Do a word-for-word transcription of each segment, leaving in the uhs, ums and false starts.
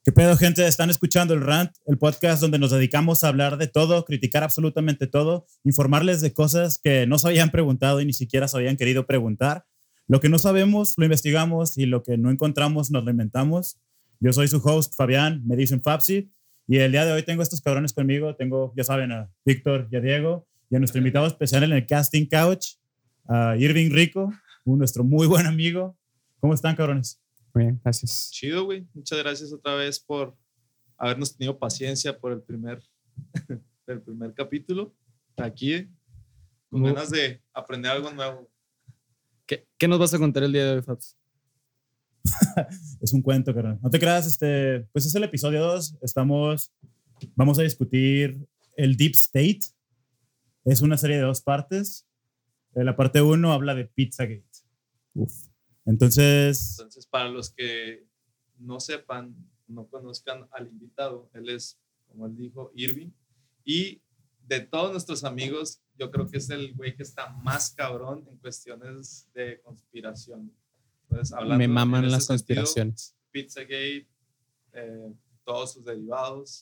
¿Qué pedo, gente? Están escuchando El Rant, el podcast donde nos dedicamos a hablar de todo, criticar absolutamente todo, informarles de cosas que no se habían preguntado y ni siquiera se habían querido preguntar. Lo que no sabemos, lo investigamos y lo que no encontramos, nos lo inventamos. Yo soy su host, Fabián, me dicen Fabsi, y el día de hoy tengo estos cabrones conmigo. Tengo, ya saben, a Víctor y a Diego, y a nuestro invitado especial en el Casting Couch, a Irving Rico, un, nuestro muy buen amigo. ¿Cómo están, cabrones? Muy bien, gracias. Chido, güey. Muchas gracias otra vez por habernos tenido paciencia por el primer, el primer capítulo. Aquí, con Muy... ganas de aprender algo nuevo. ¿Qué, ¿Qué nos vas a contar el día de hoy, Fabs? Es un cuento, carnal. No te creas, este, pues es el episodio dos. Estamos, vamos a discutir el Deep State. Es una serie de dos partes. La parte uno habla de Pizzagate. Uf. Entonces, Entonces, para los que no sepan, no conozcan al invitado, él es, como él dijo, Irving. Y de todos nuestros amigos, yo creo que es el güey que está más cabrón en cuestiones de conspiración. Entonces, hablando me maman en las ese conspiraciones. Sentido, Pizzagate, eh, todos sus derivados.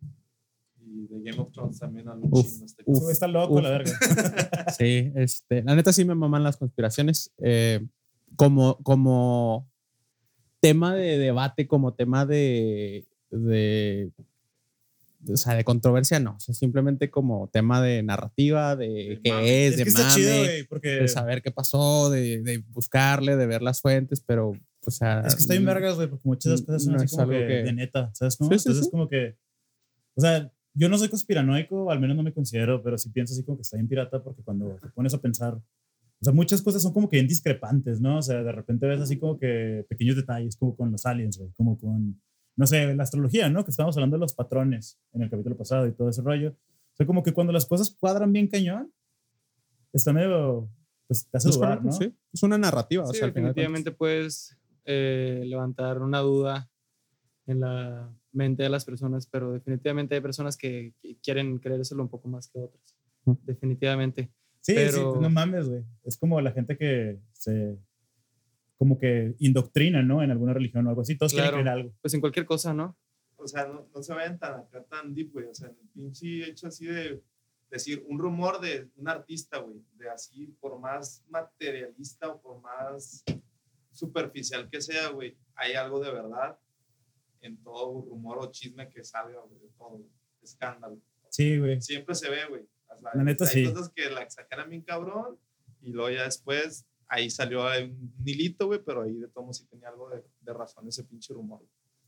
Y de Game of Thrones también al uf, chingo este uf, está loco, uf. La verga. Sí, este, la neta sí me maman las conspiraciones. Eh, como, como tema de debate, como tema de, de, de, o sea, de controversia, no. O sea, simplemente como tema de narrativa, de qué mame. es, es de que mame, está chido, wey, porque... de saber qué pasó, de, de buscarle, de ver las fuentes, pero, o sea... Es que está bien vergas, güey, porque muchas de las cosas son no así como que, que de neta, ¿sabes cómo? Sí, sí, Entonces, sí. como que, o sea, yo no soy conspiranoico, al menos no me considero, pero sí pienso así como que está bien pirata, porque cuando te pones a pensar, o sea, muchas cosas son como que bien discrepantes, ¿no? O sea, de repente ves así como que pequeños detalles, como con los aliens, güey, como con, no sé, la astrología, ¿no? Que estábamos hablando de los patrones en el capítulo pasado y todo ese rollo. O sea, como que cuando las cosas cuadran bien cañón, está medio, pues te hace dudar, ¿no? Sí, es una narrativa. Sí, o sea, definitivamente puedes eh, levantar una duda en la mente de las personas, pero definitivamente hay personas que, que quieren creérselo un poco más que otras. ¿Mm? Definitivamente. Sí, pero... sí, pues no mames, güey. Es como la gente que se, como que indoctrina, ¿no? En alguna religión o algo así. Todos claro, quieren creer algo. Pues en cualquier cosa, ¿no? O sea, no, no se vayan tan acá, tan deep, güey. O sea, en el pinche hecho así de decir un rumor de un artista, güey. De así, por más materialista o por más superficial que sea, güey, hay algo de verdad en todo rumor o chisme que salga, güey, de todo, güey. Escándalo. Sí, güey. Siempre se ve, güey. O sea, la neta, hay sí. cosas que la exageran bien cabrón y luego ya después ahí salió un hilito, güey, pero ahí de todo sí tenía algo de, de razón ese pinche rumor.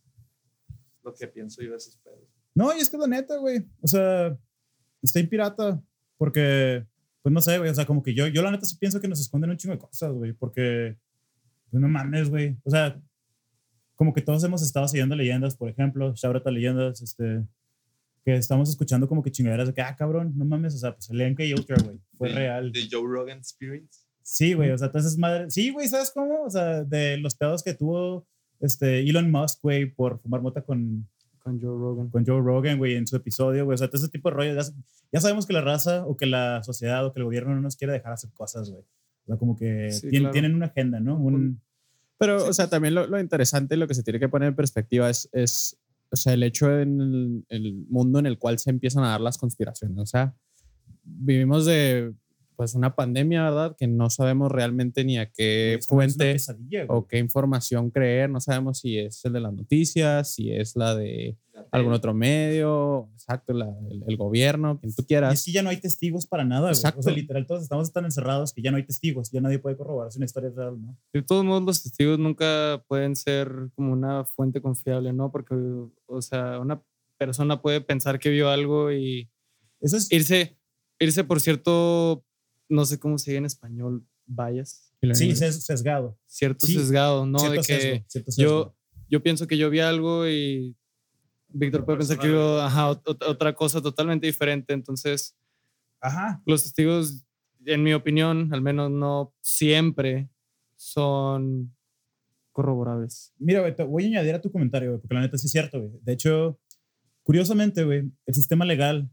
Lo que pienso yo de esos pedos. No, y es que la neta, güey, o sea, está en pirata porque, pues no sé, güey, o sea, como que yo, yo la neta sí pienso que nos esconden un chingo de cosas, güey, porque, pues no mames, güey, o sea, como que todos hemos estado siguiendo leyendas, por ejemplo, shout out a leyendas, este... que estamos escuchando como que chingaderas de que, ah, cabrón, no mames, o sea, pues el M K Ultra, güey, fue de, real. De Joe Rogan Experience. Sí, güey, o sea, todas esas madres, sí, güey, ¿sabes cómo? O sea, de los pedos que tuvo este Elon Musk, güey, por fumar mota con, con Joe Rogan. Con Joe Rogan, güey, en su episodio, güey, o sea, todo ese tipo de rollo, ya, ya sabemos que la raza o que la sociedad o que el gobierno no nos quiere dejar hacer cosas, güey. O sea, como que sí, tienen, claro. tienen una agenda, ¿no? Un, Pero, sí, o sea, pues, también lo, lo interesante, lo que se tiene que poner en perspectiva es, es o sea, el hecho en el, el mundo en el cual se empiezan a dar las conspiraciones. O sea, vivimos de pues una pandemia, ¿verdad? Que no sabemos realmente ni a qué es fuente pesadilla, o qué información creer. No sabemos si es el de las noticias, si es la de algún otro medio, exacto, la, el, el gobierno, quien tú quieras. Y es que ya no hay testigos para nada, güey. Exacto. O sea, literal, todos estamos tan encerrados que ya no hay testigos, ya nadie puede corroborar si una historia es real, ¿no? De todos modos, los testigos nunca pueden ser como una fuente confiable, ¿no? Porque, o sea, una persona puede pensar que vio algo y Eso es... irse, irse por cierto, no sé cómo se dice en español, bias. Sí, sesgado. Cierto sí, sesgado, ¿no? Cierto de que sesgo, cierto sesgo. Yo, yo pienso que yo vi algo y Víctor puede pensar que vio ajá, otra cosa totalmente diferente. Entonces, ajá. los testigos, en mi opinión, al menos no siempre son corroborables. Mira, güey, te voy a añadir a tu comentario, güey, porque la neta sí es cierto, güey. De hecho, curiosamente, güey, el sistema legal,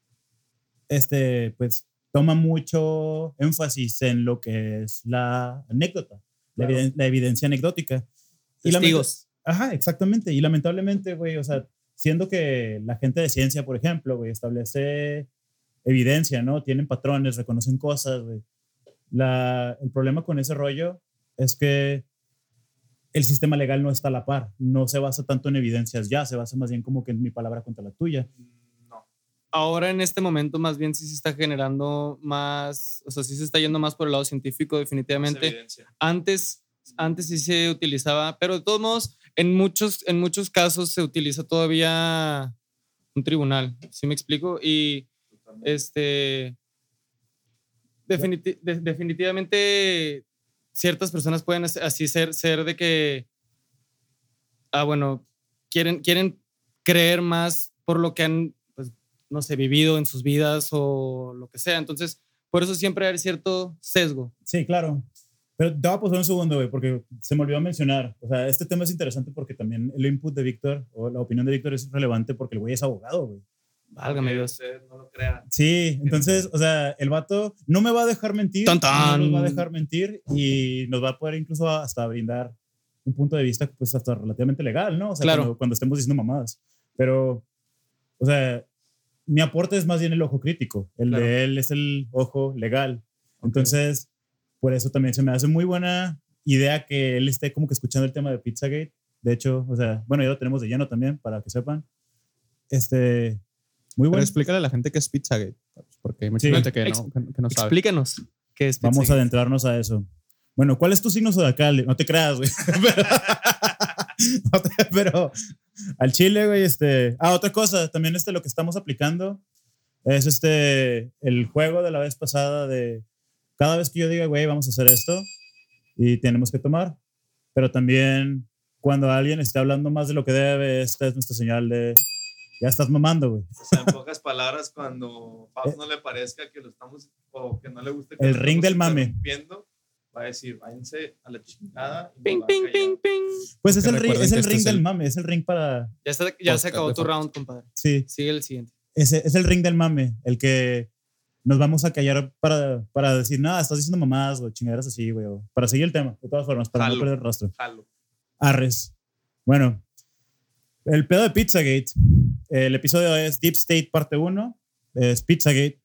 este, pues, toma mucho énfasis en lo que es la anécdota, claro. la, eviden- la evidencia anecdótica. Testigos. Ajá, exactamente. Y lamentablemente, güey, o sea, siendo que la gente de ciencia, por ejemplo, güey, establece evidencia, ¿no? Tienen patrones, reconocen cosas, güey. La, el problema con ese rollo es que el sistema legal no está a la par, no se basa tanto en evidencias ya, se basa más bien como que en mi palabra contra la tuya. No. Ahora en este momento más bien sí se está generando más, o sea, sí se está yendo más por el lado científico Más definitivamente. evidencia. Antes, antes sí se utilizaba, pero de todos modos, en muchos, en muchos casos se utiliza todavía un tribunal, ¿sí me explico? Y Totalmente. este, definiti- de- definitivamente ciertas personas pueden así ser, ser de que, ah, bueno, quieren, quieren creer más por lo que han, pues, no sé, vivido en sus vidas o lo que sea. Entonces, por eso siempre hay cierto sesgo. Sí, claro. Pero te voy a pasar un segundo, güey, porque se me olvidó mencionar. O sea, este tema es interesante porque también el input de Víctor o la opinión de Víctor es relevante porque el güey es abogado, güey. Válgame Aunque Dios. usted no lo crea. Sí, entonces, o sea, el vato no me va a dejar mentir, Tan, tan. no nos va a dejar mentir y nos va a poder incluso hasta brindar un punto de vista, pues, hasta relativamente legal, ¿no? O sea, Claro. cuando, cuando estemos diciendo mamadas. Pero, o sea, mi aporte es más bien el ojo crítico, el Claro. de él es el ojo legal. Entonces, por eso también se me hace muy buena idea que él esté como que escuchando el tema de Pizzagate. De hecho, o sea, bueno, ya lo tenemos de lleno también, para que sepan. Este, muy Pero bueno. explícale a la gente qué es Pizzagate, porque hay mucha Sí. gente que Ex- no, que, que no sabe. Explícanos qué es Vamos a Pizzagate. adentrarnos a eso. Bueno, ¿cuál es tu signo zodiacal? No te creas, güey. pero, no te- pero al chile, güey, este... Ah, otra cosa, también este, lo que estamos aplicando es este, el juego de la vez pasada de cada vez que yo diga, güey, vamos a hacer esto y tenemos que tomar, pero también cuando alguien esté hablando más de lo que debe, esta es nuestra señal de ya estás mamando, güey. O sea, en pocas palabras, cuando Faust no le parezca que lo estamos, o que no le guste que El lo ring estamos del mame. interrumpiendo, va a decir, váyanse a la chingada. y Ping, nos va a ping, callar. ping, ping. Pues es Porque el, ring, recuerden es que el este ring es del el- mame, es el ring para... Ya, está, ya Podcast se acabó de tu Fox. round, compadre. Sí, Sigue el siguiente. ese es el ring del mame, el que nos vamos a callar para, para decir, nada, estás diciendo mamadas o chingaderas así, güey, o para seguir el tema, de todas formas, para Jalo. no perder el rastro. Jalo. Arres. Bueno, el pedo de Pizzagate, el episodio es Deep State parte uno, es Pizzagate,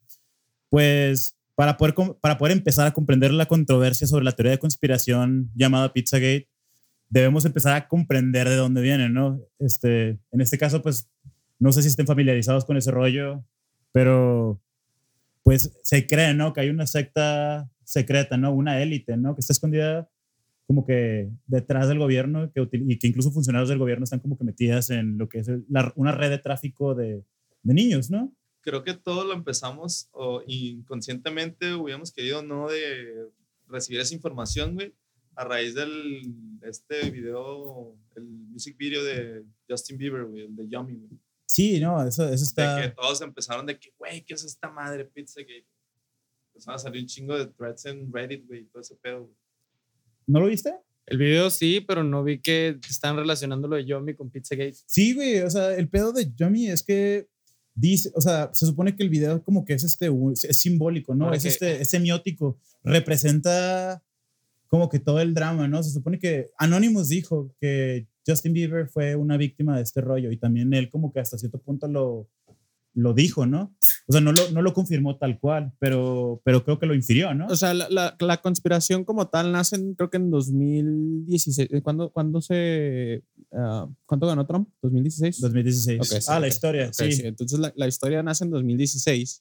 pues para poder, com- para poder empezar a comprender la controversia sobre la teoría de conspiración llamada Pizzagate, debemos empezar a comprender de dónde viene, ¿no? Este, en este caso, pues, no sé si estén familiarizados con ese rollo, pero pues se cree, ¿no? Que hay una secta secreta, ¿no? Una élite, ¿no? Que está escondida como que detrás del gobierno que util- y que incluso funcionarios del gobierno están como que metidas en lo que es el- la- una red de tráfico de, de niños, ¿no? Creo que todo lo empezamos o inconscientemente hubiéramos querido no de recibir esa información, güey, a raíz del este video, el music video de Justin Bieber, güey, el de Yummy, güey. Sí, no, eso, eso De que está... todos empezaron de que, güey, ¿qué es esta madre Pizzagate? Empezaron a salir un chingo de threads en Reddit, güey, y todo ese pedo, güey. ¿No lo viste? El video sí, pero no vi que están relacionando lo de Yomi con Pizzagate. Sí, güey, o sea, el pedo de Yummy es que dice, o sea, se supone que el video como que es este, un- es simbólico, ¿no? Ahora Es que- este, es semiótico, representa como que todo el drama, ¿no? Se supone que Anonymous dijo que Justin Bieber fue una víctima de este rollo y también él como que hasta cierto punto lo, lo dijo, ¿no? O sea, no lo, no lo confirmó tal cual, pero, pero creo que lo infirió, ¿no? O sea, la, la, la conspiración como tal nace en, creo que en dos mil dieciséis. ¿Cuándo, cuándo se... ah, ¿Cuánto ganó Trump? ¿dos mil dieciséis? dos mil dieciséis. Ok, sí, ah, la ok. historia, Ok, sí. sí. Entonces la, la historia nace en dos mil dieciséis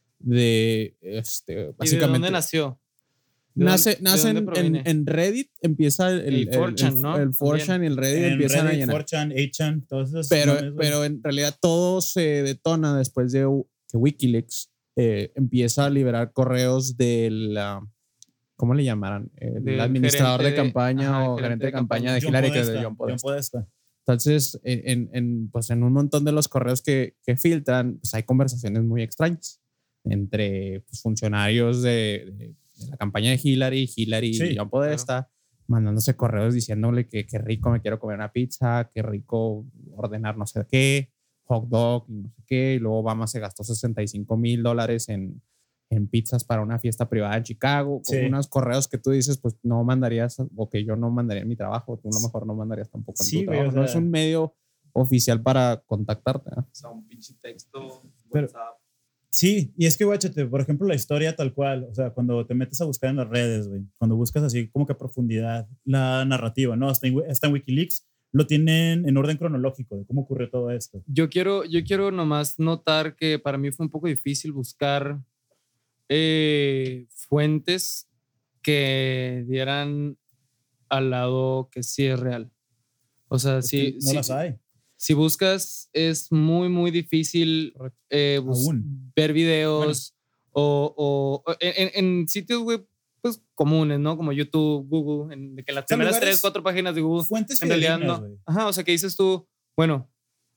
de, este, ¿Y de básicamente... dónde nació? ¿De Nace, dónde- de nace dónde en, proviene? en, en Reddit, empieza el, el, Y four chan, el- ¿no? el four chan y el Reddit En empiezan Reddit, a llenar. four chan, eight chan, todos esos Pero, nombres, güey. pero en realidad todo se detona después de que Wikileaks eh, empieza a liberar correos del, ah, ¿cómo le llamarán? El Del administrador de gerente de- campaña ajá, o gerente de campaña de John Hillary, que es de Podesta, John Podesta. Podesta. Entonces, en, en, en, pues en un montón de los correos que, que filtran, pues hay conversaciones muy extrañas entre pues, funcionarios de, de, de la campaña de Hillary, Hillary Sí, y John Podesta, mandándose correos diciéndole que qué rico me quiero comer una pizza, qué rico ordenar no sé qué, hot dog y no sé qué. Y luego Obama se gastó sesenta y cinco mil dólares en, en pizzas para una fiesta privada en Chicago, con Sí. unos correos que tú dices, pues no mandarías, o que yo no mandaría en mi trabajo, tú a lo mejor no mandarías tampoco en Sí, tu güey, trabajo. o No sea- es un medio oficial para contactarte. ¿no? O sea, un pinche texto, Pero- WhatsApp. Sí, y es que, guáchate, por ejemplo, la historia tal cual, o sea, cuando te metes a buscar en las redes, güey, cuando buscas así como que a profundidad la narrativa, ¿no? Hasta en, hasta en Wikileaks lo tienen en orden cronológico de cómo ocurrió todo esto. Yo quiero, yo quiero nomás notar que para mí fue un poco difícil buscar eh, fuentes que dieran al lado que sí es real. O sea, Es sí, que no sí- las hay. si buscas es muy, muy difícil eh, bus- Aún. ver videos o, o- o en, en- en sitios web pues comunes, ¿no? Como YouTube, Google, en, de que las sea, primeras lugares- tres, cuatro páginas de Google Fuentes en realidad fidedignas, no. güey. Ajá, o sea, que dices tú, bueno,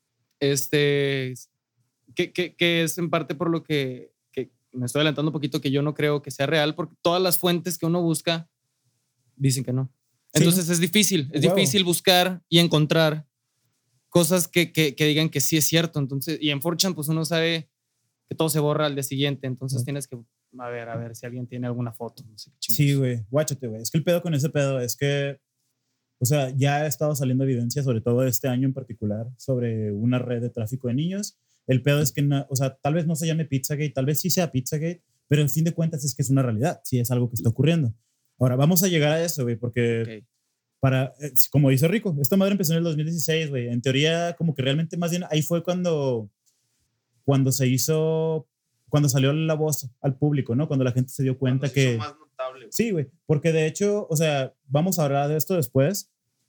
este, que, que, que es en parte por lo que, que me estoy adelantando un poquito, que yo no creo que sea real, porque todas las fuentes que uno busca dicen que no. Sí, Entonces es difícil, es Huevo. difícil buscar y encontrar cosas que, que, que digan que sí es cierto. Entonces, y en cuatro chan, pues uno sabe que todo se borra al día siguiente, entonces Ujú. tienes que, a ver, a ver si alguien tiene alguna foto. No sé qué chingados. Sí, güey, guáchate, güey. Es que el pedo con ese pedo es que, o sea, ya ha estado saliendo evidencia, sobre todo este año en particular, sobre una red de tráfico de niños. El pedo es que, na- o sea, tal vez no se llame Pizzagate, tal vez sí sea Pizzagate, pero en fin de cuentas es que es una realidad, sí es algo que está ocurriendo. Ahora, vamos a llegar a eso, güey, porque Ok. para, eh, como dice Rico, esta madre empezó en el dos mil dieciséis, güey. En teoría, como que realmente más bien ahí fue cuando, cuando se hizo, cuando salió la voz al público, ¿no? Cuando la gente se dio cuenta Cuando se hizo que... más notable. güey. Sí, güey, porque de hecho, o sea, vamos a hablar de esto después,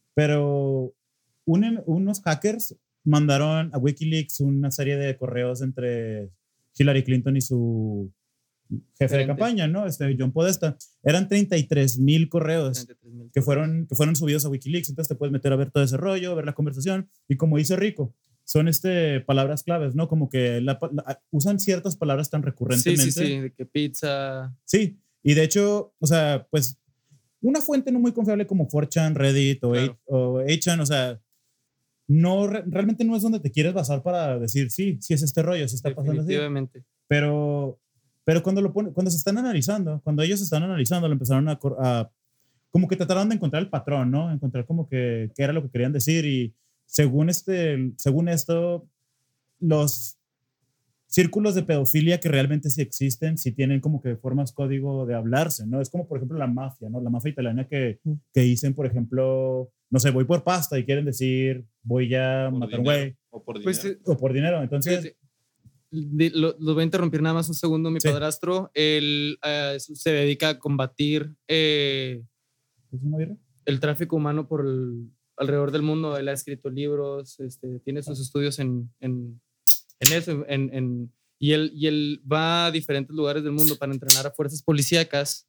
pero un- unos hackers mandaron a Wikileaks una serie de correos entre Hillary Clinton y su jefe de Gerente. campaña, ¿no? Este John Podesta. Eran treinta y tres mil correos treinta y tres mil que fueron, que fueron subidos a Wikileaks. Entonces te puedes meter a ver todo ese rollo, ver la conversación. Y como dice Rico, son este, palabras claves, ¿no? Como que la- la- usan ciertas palabras tan Sí, recurrentemente. sí, sí, de que pizza. Sí, y de hecho, o sea, pues una fuente no muy confiable como four chan, Reddit o, Claro. eight- o eight chan, o sea, no, re- realmente no es donde te quieres basar para decir, sí, sí es este rollo, sí está pasando así. Definitivamente. Pero, pero cuando, lo pone, cuando se están analizando, cuando ellos están analizando, lo empezaron a, cor- a- como que trataron de encontrar el patrón, ¿no? Encontrar como que qué era lo que querían decir y según, este, según esto, los círculos de pedofilia que realmente sí existen, sí tienen como que formas código de hablarse, ¿no? Es como, por ejemplo, la mafia, ¿no? La mafia italiana que, que dicen, por ejemplo, no sé, voy por pasta y quieren decir, voy a Por matar un dinero, güey, O por Pues, dinero. eh, o por dinero. Entonces, Fíjate, de- lo, lo voy a interrumpir nada más un segundo. Mi Sí. padrastro, él eh, se dedica a combatir eh, ¿es una birra? el tráfico humano por el- alrededor del mundo. Él ha escrito libros, este, tiene sus estudios en, en, en eso. En, en- y, él, y él va a diferentes lugares del mundo para entrenar a fuerzas policíacas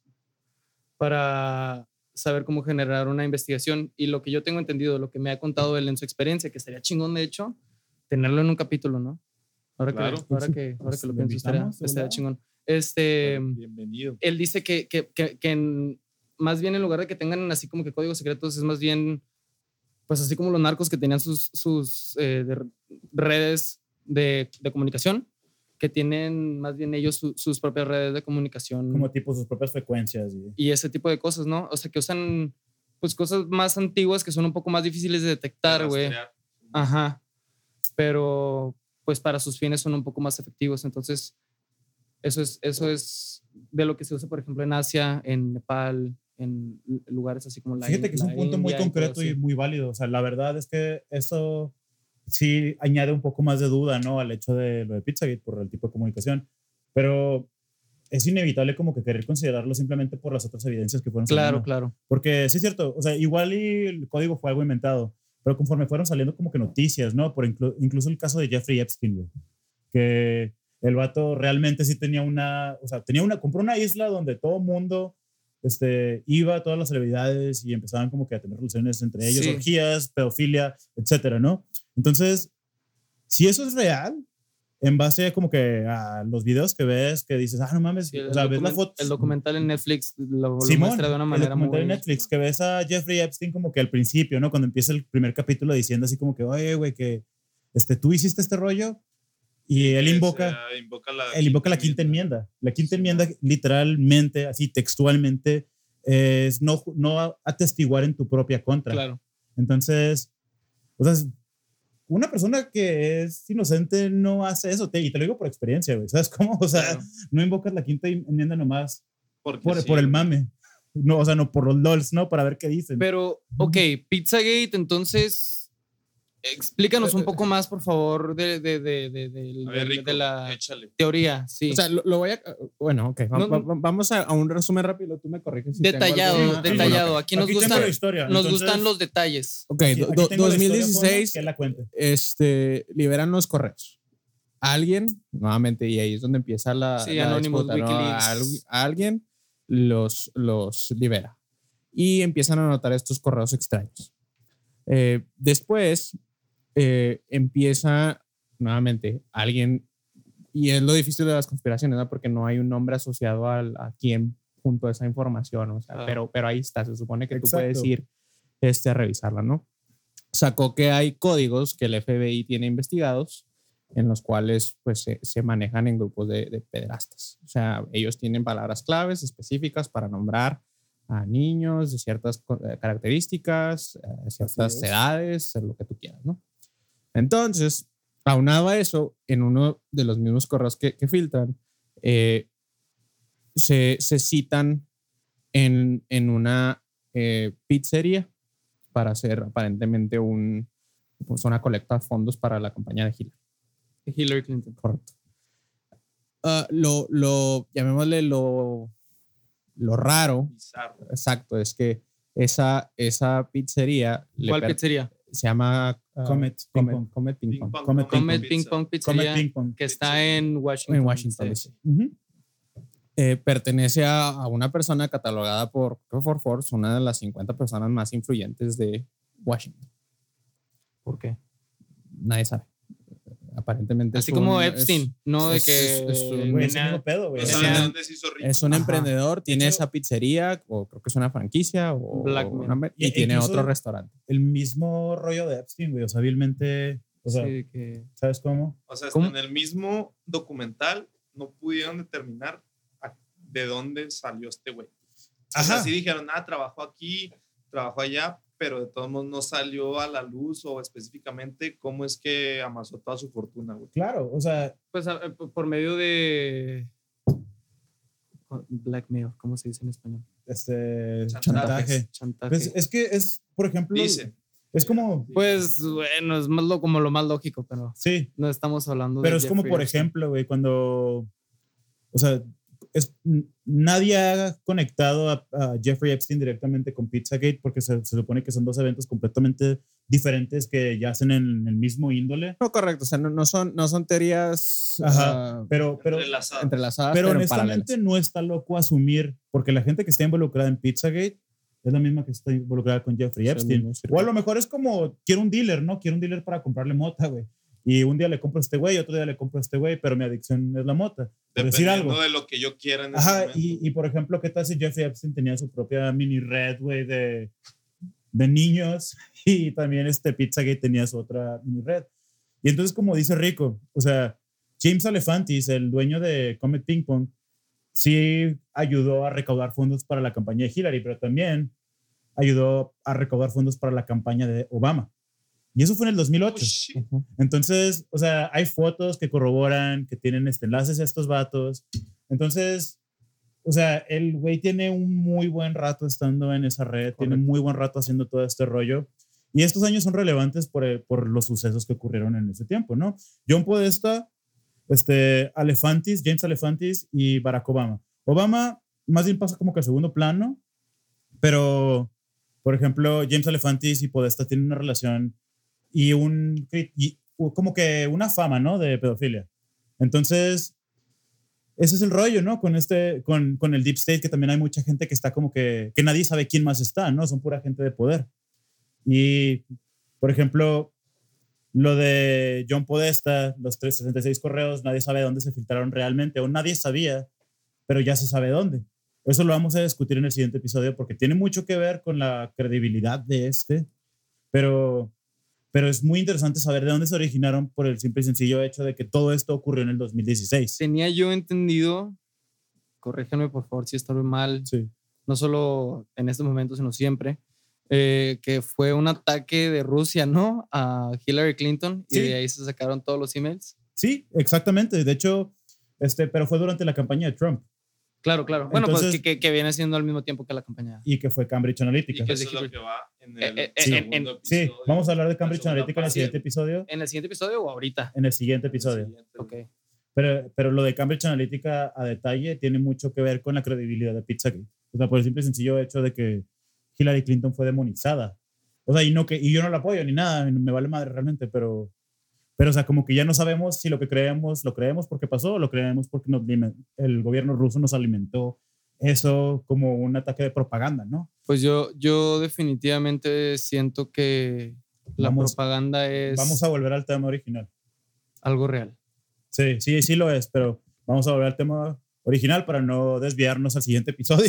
para saber cómo generar una investigación. Y lo que yo tengo entendido, lo que me ha contado él en su experiencia, que estaría chingón, de hecho, tenerlo en un capítulo, ¿no? Ahora Claro. que, ahora que, ahora Pues, que lo lo pienso, estaría, invitamos, de estaría volada. chingón. Este, Bienvenido. él dice que, que, que, que en- más bien en lugar de que tengan así como que códigos secretos, es más bien, pues así como los narcos que tenían sus, sus eh, de- redes de, de comunicación, que tienen más bien ellos su- sus propias redes de comunicación Como tipo sus propias frecuencias. Y, y ese tipo de cosas, ¿no? O sea, que usan pues cosas más antiguas que son un poco más difíciles de detectar, güey. Rastrear. Ajá. Pero pues para sus fines son un poco más efectivos. Entonces, eso es, eso es de lo que se usa, por ejemplo, en Asia, en Nepal, en l- lugares así como la fíjate que es la un punto muy India y todo concreto y así. muy válido. O sea, la verdad es que eso sí añade un poco más de duda, ¿no? Al hecho de lo de Pizzagate por el tipo de comunicación. Pero es inevitable como que querer considerarlo simplemente por las otras evidencias que fueron Claro, saliendo. claro. Porque sí es cierto, o sea, igual y el código fue algo inventado, pero conforme fueron saliendo como que noticias, ¿no? Por inclu- incluso el caso de Jeffrey Epstein, güey, que el vato realmente sí tenía una, o sea, tenía una, compró una isla donde todo mundo este, iba, todas las celebridades y empezaban como que a tener relaciones entre ellos, Sí. orgías, pedofilia, etcétera, ¿no? Entonces, si eso es real, en base como que a los videos que ves, que dices, ah, no mames, Sí, el, o sea, ves la document- foto. el documental en Netflix lo, lo Simón, muestra de una el manera documental muy... en Netflix, que ves a Jeffrey Epstein como que al principio, ¿no? Cuando empieza el primer capítulo diciendo así como que, oye, güey, que este, tú hiciste este rollo. Y él Que invoca, se invoca la, él invoca la quinta enmienda. La quinta enmienda, literalmente, así textualmente, es no, no atestiguar en tu propia contra. Claro. Entonces, o sea, una persona que es inocente no hace eso. Te, y te lo digo por experiencia, güey. ¿Sabes cómo? O sea, Claro. no invocas la quinta enmienda nomás Porque por, sí, por el güey. mame. No, o sea, no por los LOLs, ¿no? Para ver qué dicen. Pero, ok, Pizzagate, entonces, explícanos un poco más, por favor, de, de, de, de, de- A ver, de- Rico, de la échale. teoría, sí. O sea, lo, lo voy a. Bueno, ok. va- No, va- no. va- vamos a, a un resumen rápido. Tú me corriges. Si tengo detallado, alguna- detallado. alguna- Aquí nos Aquí tengo gustan, la historia. nos Entonces, gustan los detalles. Ok, aquí- do- aquí do- tengo la historia a fondo, dos mil dieciséis, que la cuente. este, liberan los correos. Alguien, nuevamente, y ahí es donde empieza la. Sí, la Anonymous, disputa, ¿no? Wikileaks. Al- alguien los, los libera y empiezan a anotar estos correos extraños. Eh, después eh, empieza nuevamente alguien, y es lo difícil de las conspiraciones, ¿no? Porque no hay un nombre asociado al, a quién junto a esa información, o sea, Ah. pero, pero ahí está, se supone que tú Exacto. puedes ir este, a revisarla, ¿no? Sacó que hay códigos que el F B I tiene investigados en los cuales pues se, se manejan en grupos de, de pederastas. O sea, ellos tienen palabras claves específicas para nombrar a niños de ciertas co- eh, características, eh, ciertas es. edades, lo que tú quieras, ¿no? Entonces, aunado a eso, en uno de los mismos correos que, que filtran, eh, se, se citan en, en una eh, pizzería para hacer aparentemente un, pues una colecta de fondos para la campaña de Hillary. Hillary Clinton. Correcto. Ah, lo, lo, llamémosle lo, lo raro, Bizarro. exacto, es que esa, esa pizzería le ¿Cuál per- pizzería? se llama ah, Comet Ping Comet, Pong. Comet Ping Ping Pong. pong, Comet pong, Comet pizza. Ping Pong Comet Pizzería, Ping Pong. que está en Washington. En Washington, D sí. C. Ujú. Eh, pertenece a, a una persona catalogada por, por Forbes, una de las cincuenta personas más influyentes de Washington. ¿Por qué? Nadie sabe. Aparentemente Así es como un- Epstein, es- ¿no? De es- que es- es un- Güey, es el nena- mismo pedo, güey. No Es sabe un- de dónde se hizo rico. es un Ajá. emprendedor, tiene hecho- esa pizzería, o creo que es una franquicia, o Blackmail. una- y, Y- tiene incluso- otro restaurante. El mismo rollo de Epstein, güey. O sea, hábilmente, o sea, sí, que- ¿sabes cómo? O sea, hasta ¿Cómo? en el mismo documental no pudieron determinar a- de dónde salió este güey. O sea, Ajá. sí dijeron, ah, trabajó aquí, trabajó allá, pero de todos modos no salió a la luz o específicamente cómo es que amasó toda su fortuna, güey. Claro, o sea, pues a- por por medio de blackmail, ¿cómo se dice en español? este Chantaje. chantaje. Chantaje. Pues es que es, por ejemplo, Dice. es como, Pues bueno, es más lo, como lo más lógico, pero sí, no estamos hablando pero de es como, Jeffrey por Epstein. ejemplo, güey, cuando, o sea, es, nadie ha conectado a, a Jeffrey Epstein directamente con Pizzagate porque se, se supone que son dos eventos completamente diferentes que yacen en el mismo índole. No, correcto, o sea, no, no son, no son teorías Ajá, ah, pero, pero, Entrelazadas. entrelazadas, pero pero, honestamente paralelas. no está loco asumir, porque la gente que está involucrada en Pizzagate es la misma que está involucrada con Jeffrey Es el Epstein. mismo O a círculo. lo mejor es como, quiero un dealer, ¿no? Quiero un dealer para comprarle mota, güey. Y un día le compro a este güey, otro día le compro a este güey, pero mi adicción es la mota. Por decir algo. Dependiendo de lo que yo quiera en ese Ajá, momento. y, y por ejemplo, ¿qué tal si Jeffrey Epstein tenía su propia mini red, güey, de, de niños? Y también este Pizzagate tenía su otra mini red. Y entonces, como dice Rico, o sea, James Alefantis, el dueño de Comet Ping Pong, sí ayudó a recaudar fondos para la campaña de Hillary, pero también ayudó a recaudar fondos para la campaña de Obama. Y eso fue en el dos mil Oh, ocho. shit. Ujú. Entonces, o sea, hay fotos que corroboran que tienen este enlaces a estos vatos. Entonces, o sea, el güey tiene un muy buen rato estando en esa red, tiene muy buen rato haciendo todo este rollo. Y estos años son relevantes por, eh, por los sucesos que ocurrieron en ese tiempo, ¿no? John Podesta, este, Alefantis, James Alefantis y Barack Obama. Obama más bien pasa como que a segundo plano, pero, por ejemplo, James Alefantis y Podesta tienen una relación y un y como que una fama, ¿no? De pedofilia. Entonces, ese es el rollo, ¿no? Con este, con, con el Deep State, que también hay mucha gente que está como que, que nadie sabe quién más está, ¿no? Son pura gente de poder. Y, por ejemplo, lo de John Podesta, los trescientos sesenta y seis correos, nadie sabe dónde se filtraron realmente, o nadie sabía, pero ya se sabe dónde. Eso lo vamos a discutir en el siguiente episodio porque tiene mucho que ver con la credibilidad de este, pero... pero es muy interesante saber de dónde se originaron por el simple y sencillo hecho de que todo esto ocurrió en el dos mil dieciséis. Tenía yo entendido, corríjanme por favor si estoy mal, Sí. no solo en estos momentos, sino siempre, eh, que fue un ataque de Rusia, ¿no? A Hillary Clinton y Sí. de ahí se sacaron todos los emails. Sí, exactamente. De hecho, este, pero fue durante la campaña de Trump Claro, claro. Bueno, Entonces- pues que, que, que viene siendo al mismo tiempo que la campaña. y que fue Cambridge Analytica. Y que Es eso de es lo Hillary. que va en Eh, el eh, segundo en- episodio. Sí, vamos a hablar de Cambridge la segunda Analytica en el parte. siguiente episodio. ¿En el siguiente episodio o ahorita? En el siguiente En el episodio. siguiente. Ok. Pero, pero lo de Cambridge Analytica a detalle tiene mucho que ver con la credibilidad de Pizzagate. O sea, por el simple y sencillo hecho de que Hillary Clinton fue demonizada. O sea, y, no que, y yo no la apoyo ni nada, me vale madre realmente, pero, pero, o sea, como que ya no sabemos si lo que creemos, lo creemos porque pasó o lo creemos porque nos, el gobierno ruso nos alimentó eso como un ataque de propaganda, ¿no? Pues yo, yo definitivamente siento que la Vamos- propaganda es Vamos a volver al tema original. algo real. Sí, sí, sí lo es, pero vamos a volver al tema original para no desviarnos al siguiente episodio.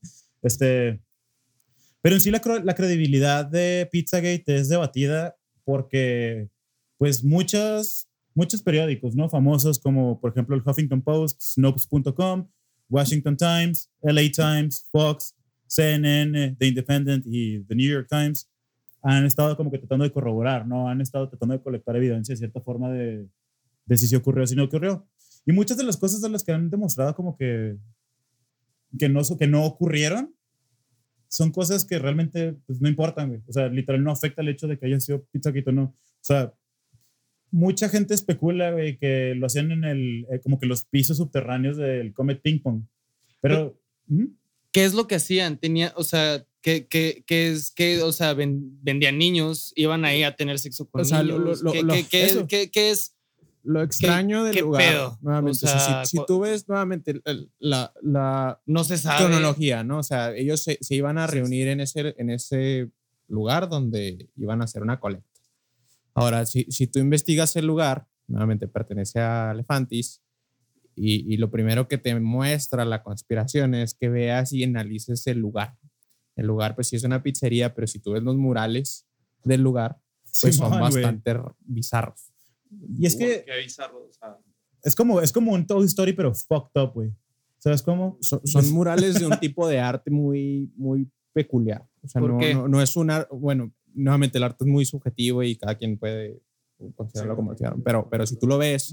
este, pero en sí la, cro- la credibilidad de Pizzagate es debatida porque, pues, muchos, muchos periódicos, ¿no? Famosos como, por ejemplo, el Huffington Post, Snopes punto com, Washington Times, L A Times, Fox, C N N, The Independent y The New York Times han estado como que tratando de corroborar, ¿no? Han estado tratando de colectar evidencia de cierta forma de, de si sí ocurrió o si no ocurrió. Y muchas de las cosas de las que han demostrado como que, que, no, que no ocurrieron son cosas que realmente pues, no importan, güey. O sea, literal no afecta el hecho de que haya sido Pizzagate o no. O sea, mucha gente especula, güey, que lo hacían en el, eh, como que los pisos subterráneos del Comet Ping Pong. Pero, ¿hmm? ¿Qué es lo que hacían? Tenía, o sea, que, que, que es que, o sea, ven- vendían niños, iban ahí a tener sexo con O sea, lo- niños. lo- ¿Qué, lo- qué- qué- eso. qué- qué es? Lo extraño del qué lugar, pedo? nuevamente, O o sea, sea, si, si cu- tú ves nuevamente el- la, la No se sabe. cronología, ¿no? O sea, ellos se, se iban a reunir en ese, en ese lugar donde iban a hacer una colecta. Ahora, si, si tú investigas el lugar, nuevamente pertenece a Elefantis, y, y lo primero que te muestra la conspiración es que veas y analices el lugar. El lugar, pues sí es una pizzería, pero si tú ves los murales del lugar, pues son Simón, güey. bastante bizarros. Y es que Qué bizarro, o sea, es como, es como un Toy Story, pero fucked up, güey. ¿Sabes cómo? Son, son murales de un tipo de arte muy, muy peculiar. O sea, ¿Por no, qué? no, no es un arte, bueno, nuevamente el arte es muy subjetivo y cada quien puede considerarlo como quieran, pero, pero si tú lo ves,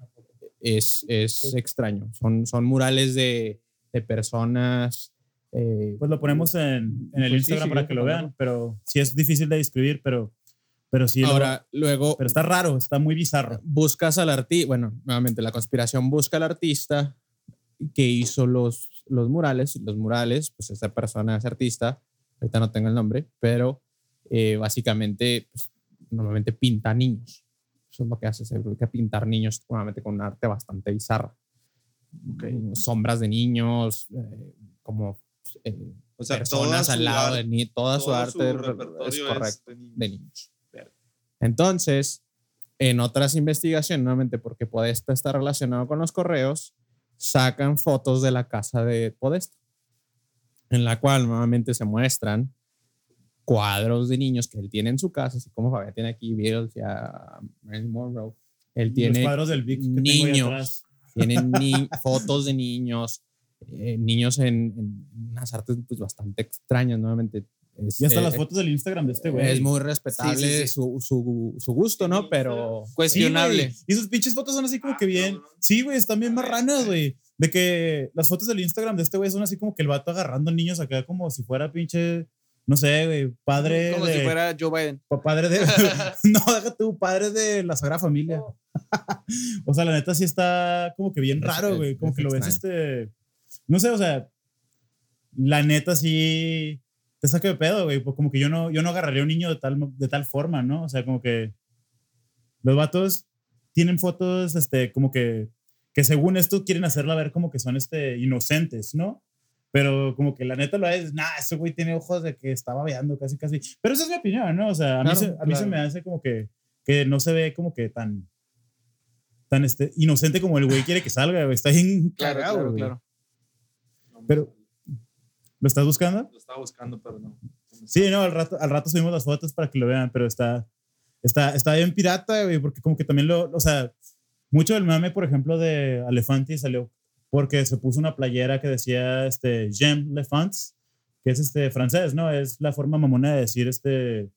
es, es extraño. Son, son murales de, de personas. eh, Pues lo ponemos en, en el Pues sí, Instagram sí, para yo que lo también. vean, pero sí es difícil de describir, pero, pero sí. lo- ahora, luego pero está raro, está muy bizarro. buscas al artista, bueno, nuevamente la conspiración busca al artista que hizo los, los murales, y los murales, pues esta persona es artista, ahorita no tengo el nombre, pero eh, básicamente, pues, normalmente pinta niños. Eso es lo que hace, se dedica a pintar niños, nuevamente con un arte bastante bizarro. Sombras de niños, eh, como eh, o sea, personas toda al su lado ar- de niños, toda su todo arte su es repertorio correcto es de niños. de niños. Entonces, en otras investigaciones, nuevamente porque Podesta está relacionado con los correos, sacan fotos de la casa de Podesta, en la cual nuevamente se muestran cuadros de niños que él tiene en su casa, así como Fabián tiene aquí Beatles y a Marilyn Monroe. Él Los tiene cuadros del Vic que tengo ahí niños, atrás. tienen ni- fotos de niños, eh, niños en, en unas artes pues, bastante extrañas, nuevamente. Es, Y hasta eh, las fotos del Instagram de este güey. es muy respetable Sí, sí, sí. Su, su, su gusto, ¿no? Pero Cuestionable. Sí, güey. Y sus pinches fotos son así como Ah, que bien. cabrón. Sí, güey, están bien marranas, güey. De que las fotos del Instagram de este güey son así como que el vato agarrando niños acá como si fuera pinche, no sé, güey, padre Como de. si fuera Joe Biden. pa- Padre de. No, deja tú, padre de la Sagrada Familia. O sea, la neta sí está como que bien Es- raro, es- güey. Como es que lo ves este. No sé, o sea. La neta sí. Te saca de pedo, güey. Pues como que yo no, yo no agarraría a un niño de tal, de tal forma, ¿no? O sea, como que. Los vatos tienen fotos, este, como que. Que según esto quieren hacerla ver como que son este, inocentes, ¿no? Pero como que la neta lo es, nah, ese güey tiene ojos de que estaba babeando casi, casi. Pero esa es mi opinión, ¿no? O sea, a mí, Claro, se, a mí se claro. me hace como que, que no se ve como que tan, tan este, inocente como el güey quiere que salga, güey. Está bien Claro, cagado, claro, güey. claro. No, Pero- ¿Lo estás buscando? Lo estaba buscando, pero no. Sí, no, al rato, al rato subimos las fotos para que lo vean, pero está, está, está bien pirata, güey, porque como que también lo, o sea, mucho del mame, por ejemplo, de Alefanti salió porque se puso una playera que decía, este, J'aime les fans, que es este francés, ¿no? Es la forma mamona de decir, este,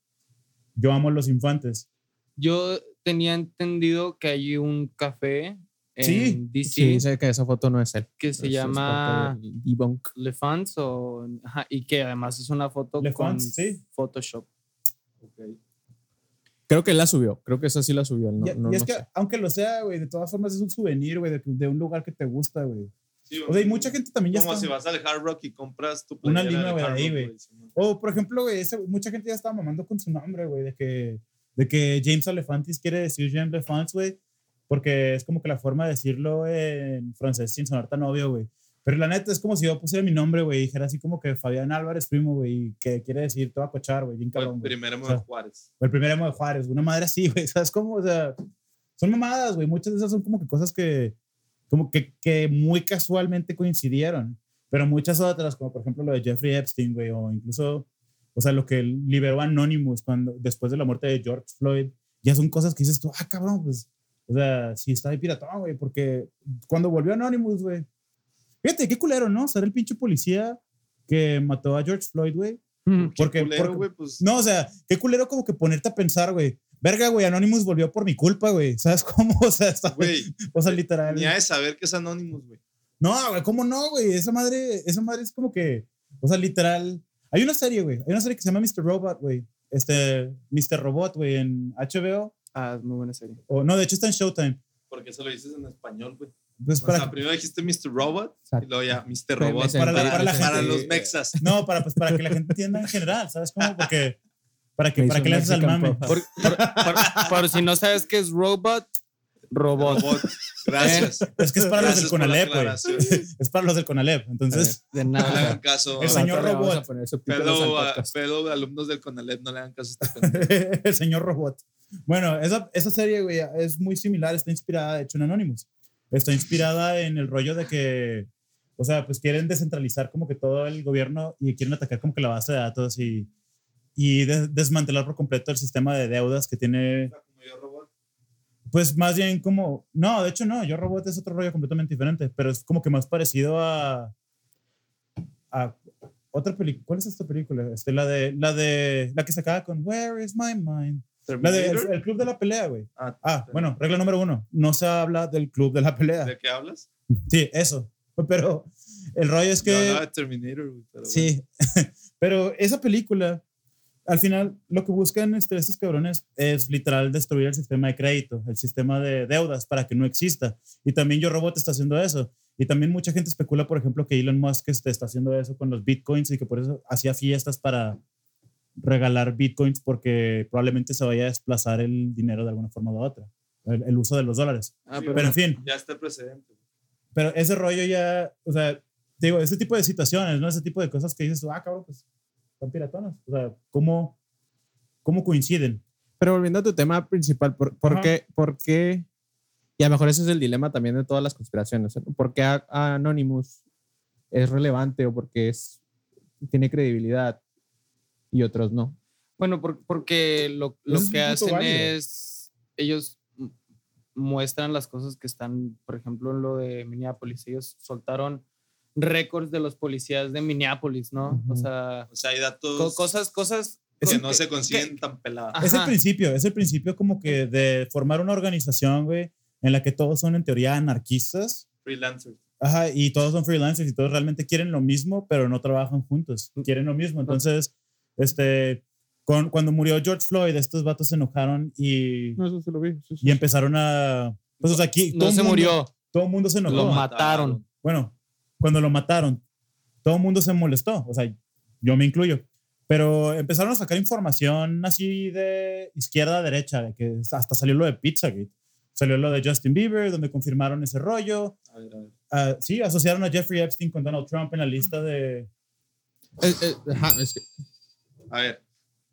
yo amo los infantes. Yo tenía entendido que hay un café en Sí, D C Sí, sé que esa foto no es él. que se Es- es llama parte del debunk. Le Fans o, ajá, y que además es una foto Le con Fans, sí. Photoshop. Ok. Creo que él la subió. Creo que esa sí la subió. No, y, no, y es no que, sé. aunque lo sea, güey, de todas formas es un souvenir, güey, de, de un lugar que te gusta, güey. Sí, O sea, y mucha gente también ya como está... si vas al Hard Rock y compras tu Una playera línea, del güey, Hard ahí, Rock, güey. sí, ¿no? O, por ejemplo, güey, ese- mucha gente ya estaba mamando con su nombre, güey, de que, de que James Alefantis quiere decir James Lefants, güey, porque es como que la forma de decirlo en francés sin sonar tan obvio, güey. Pero la neta es como si yo pusiera mi nombre, güey, y dijera así como que Fabián Álvarez Primo, güey, que quiere decir te va a cochar, güey, bien Fue cabrón, el güey. primer emo O sea, de Juárez. O el primer emo de Juárez, una madre así, güey, ¿sabes cómo? O sea, son mamadas, güey, muchas de esas son como que cosas que, como que, que muy casualmente coincidieron, pero muchas otras, como por ejemplo lo de Jeffrey Epstein, güey, o incluso, o sea, lo que liberó Anonymous cuando, después de la muerte de George Floyd, ya son cosas que dices tú, ah, cabrón, pues, o sea, sí está de piratón, güey, porque cuando volvió Anonymous, güey, fíjate, qué culero, ¿no? Ser el pinche policía que mató a George Floyd, güey. Qué Porque, culero, porque- güey, pues. no, o sea, qué culero como que ponerte a pensar, güey. Verga, güey, Anonymous volvió por mi culpa, güey. ¿Sabes cómo? O sea, está, Güey, o sea, literal. ni ha de saber que es Anonymous, güey. No, güey, ¿cómo no, güey? Esa madre, esa madre es como que, o sea, literal. Hay una serie, güey. Hay una serie que se llama mister Robot, güey. Este, mister Robot, güey, en H B O. Ah, es muy buena serie. O no, de hecho está en Showtime. Porque eso lo dices en español, güey. Pues O para, sea, primero dijiste mister Robot Exacto. y luego ya mister Me- me Robot. para la- para la para gente- los mexas. no, para, pues, para que la gente entienda en general, ¿sabes cómo? Porque, para que, Me para hizo que le haces al Mexican mame. profile. Por, por- por- por si no sabes qué es robot, robot. Robot. Gracias. Es que es para los del Gracias por la Conalep, güey. aclaración. Es para los del Conalep. Entonces, De No le hagan nada. caso. El señor Ahorita le vamos Robot. a poner subtítulos Fellow, al uh, podcast. fellow alumnos del Conalep, no le hagan caso a este pendejo. el señor Robot. Bueno, esa, esa serie, güey, es muy similar. Está inspirada, de hecho, en Anonymous. Está inspirada en el rollo de que, o sea, pues quieren descentralizar como que todo el gobierno y quieren atacar como que la base de datos y, y de- desmantelar por completo el sistema de deudas que tiene, Como yo, Robot. pues más bien como, no, de hecho no, Yo Robot es otro rollo completamente diferente, pero es como que más parecido a, a otra película. ¿Cuál es esta película? Este, la de, la de, la que se acaba con Where is my mind? La de el, Terminator. el club de la pelea, güey. Ah, Ah, bueno, regla número uno, no se habla del club de la pelea. ¿de qué hablas? Sí, eso. Pero el rollo es Yo que... hablaba de Terminator, güey, pero Sí, pero esa película, al final, lo que buscan este, estos cabrones es literal destruir el sistema de crédito, el sistema de deudas para que no exista. Y también Yo Robot está haciendo eso. Y también mucha gente especula, por ejemplo, que Elon Musk este, está haciendo eso con los bitcoins y que por eso hacía fiestas para regalar bitcoins porque probablemente se vaya a desplazar el dinero de alguna forma u otra, el, el uso de los dólares. Ah, Sí, pero, Pero en fin, ya está el precedente. pero ese rollo ya, o sea, te digo, ese tipo de situaciones, ¿no? Ese tipo de cosas que dices, ah, cabrón, pues son piratonas. O sea, ¿cómo, cómo coinciden? Pero volviendo a tu tema principal, ¿por, por Ajá. qué, por qué? Y a lo mejor ese es el dilema también de todas las conspiraciones. ¿eh? ¿Por qué a- a Anonymous es relevante o por qué es, tiene credibilidad y otros no? bueno, por- porque lo, lo Eso es que un punto hacen válido. es, ellos m- muestran las cosas que están, por ejemplo, en lo de Minneapolis. Ellos soltaron récords de los policías de Minneapolis, ¿no? O Ujú. sea, O sea, hay datos co- cosas, cosas que Es- no se consiguen tan peladas. Ajá. Es el principio, es el principio como que de formar una organización, güey, en la que todos son en teoría anarquistas. Freelancers. Ajá, y todos son freelancers y todos realmente quieren lo mismo, pero no trabajan juntos. Quieren lo mismo. Entonces, este, con, cuando murió George Floyd, estos vatos se enojaron y, No, eso se lo vi. sí, sí. y empezaron a... Pues, o sea, aquí... todo no el se mundo- murió, Todo el mundo se enojó. lo mataron. Bueno, cuando lo mataron, todo el mundo se molestó. O sea, yo me incluyo. Pero empezaron a sacar información así de izquierda a derecha, de que hasta salió lo de Pizzagate. Salió lo de Justin Bieber, donde confirmaron ese rollo. A ver, a ver. Ah, sí, asociaron a Jeffrey Epstein con Donald Trump en la lista de... Eh, eh, ajá, es que- A ver.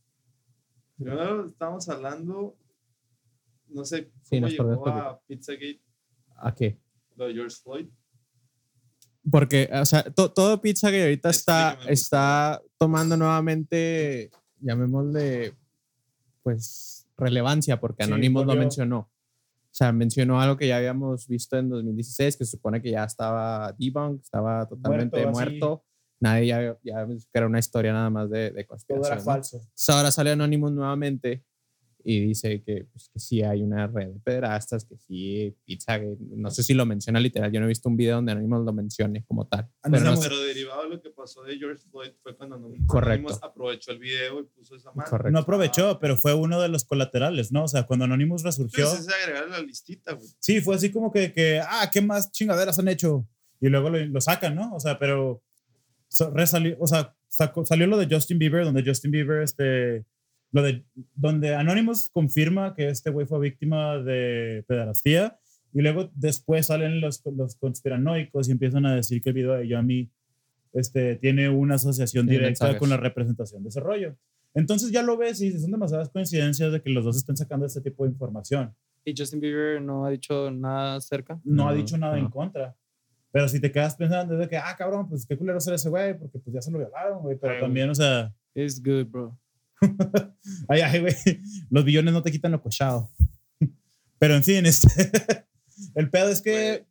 Primero estamos hablando, no sé Sí, cómo nos llegó perdemos a Pizzagate ¿A qué? lo de George Floyd. Porque, o sea, to- todo pizza que ahorita está, Explícame, por está tomando nuevamente, llamémosle, pues, relevancia porque Sí, Anonymous lo volvió- mencionó. O sea, mencionó algo que ya habíamos visto en dos mil dieciséis, que se supone que ya estaba debunked, estaba totalmente Muerto, muerto. así. Nadie ya, ya que era una historia nada más de, de Todo conspiración. era ¿no? falso. Entonces ahora sale Anonymous nuevamente y dice que, pues, que sí hay una red de pederastas, que sí, Pizzagate, no sé si lo menciona literal, yo no he visto un video donde Anonymous lo mencione como tal. Ah, Pero no, no No, sé- pero derivado de lo que pasó de George Floyd fue cuando Anonymous Correcto. Anonymous aprovechó el video y puso esa madre. Correcto. No aprovechó, pero fue uno de los colaterales, ¿no? O sea, cuando Anonymous resurgió, Entonces es agregar a la listita, güey. sí, fue así como que, que, ah, ¿qué más chingaderas han hecho? Y luego lo, lo sacan, ¿no? O sea, pero so- resalió, o sea, sacó- salió lo de Justin Bieber, donde Justin Bieber, este, lo de, donde Anonymous confirma que este güey fue víctima de pederastía, y luego después salen los, los conspiranoicos y empiezan a decir que el video de Yummy este, tiene una asociación Tiene directa mensajes. con la representación de ese rollo. Entonces ya lo ves y dices, son demasiadas coincidencias de que los dos estén sacando este tipo de información. Y Justin Bieber no ha dicho nada acerca. No, No, ha dicho nada no. en contra. Pero si te quedas pensando es de que, ah, cabrón, pues qué culero ser ese güey, porque pues ya se lo violaron, güey. Pero Ay, también, o sea, It's good, bro. ay, ay, güey, los billones no te quitan lo cochado. Pero en fin, este, el pedo es que,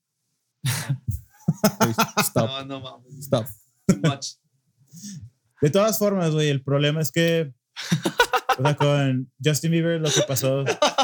Stop, No, no mames. stop. Too much. de todas formas, güey, el problema es que, o sea, con Justin Bieber lo que pasó,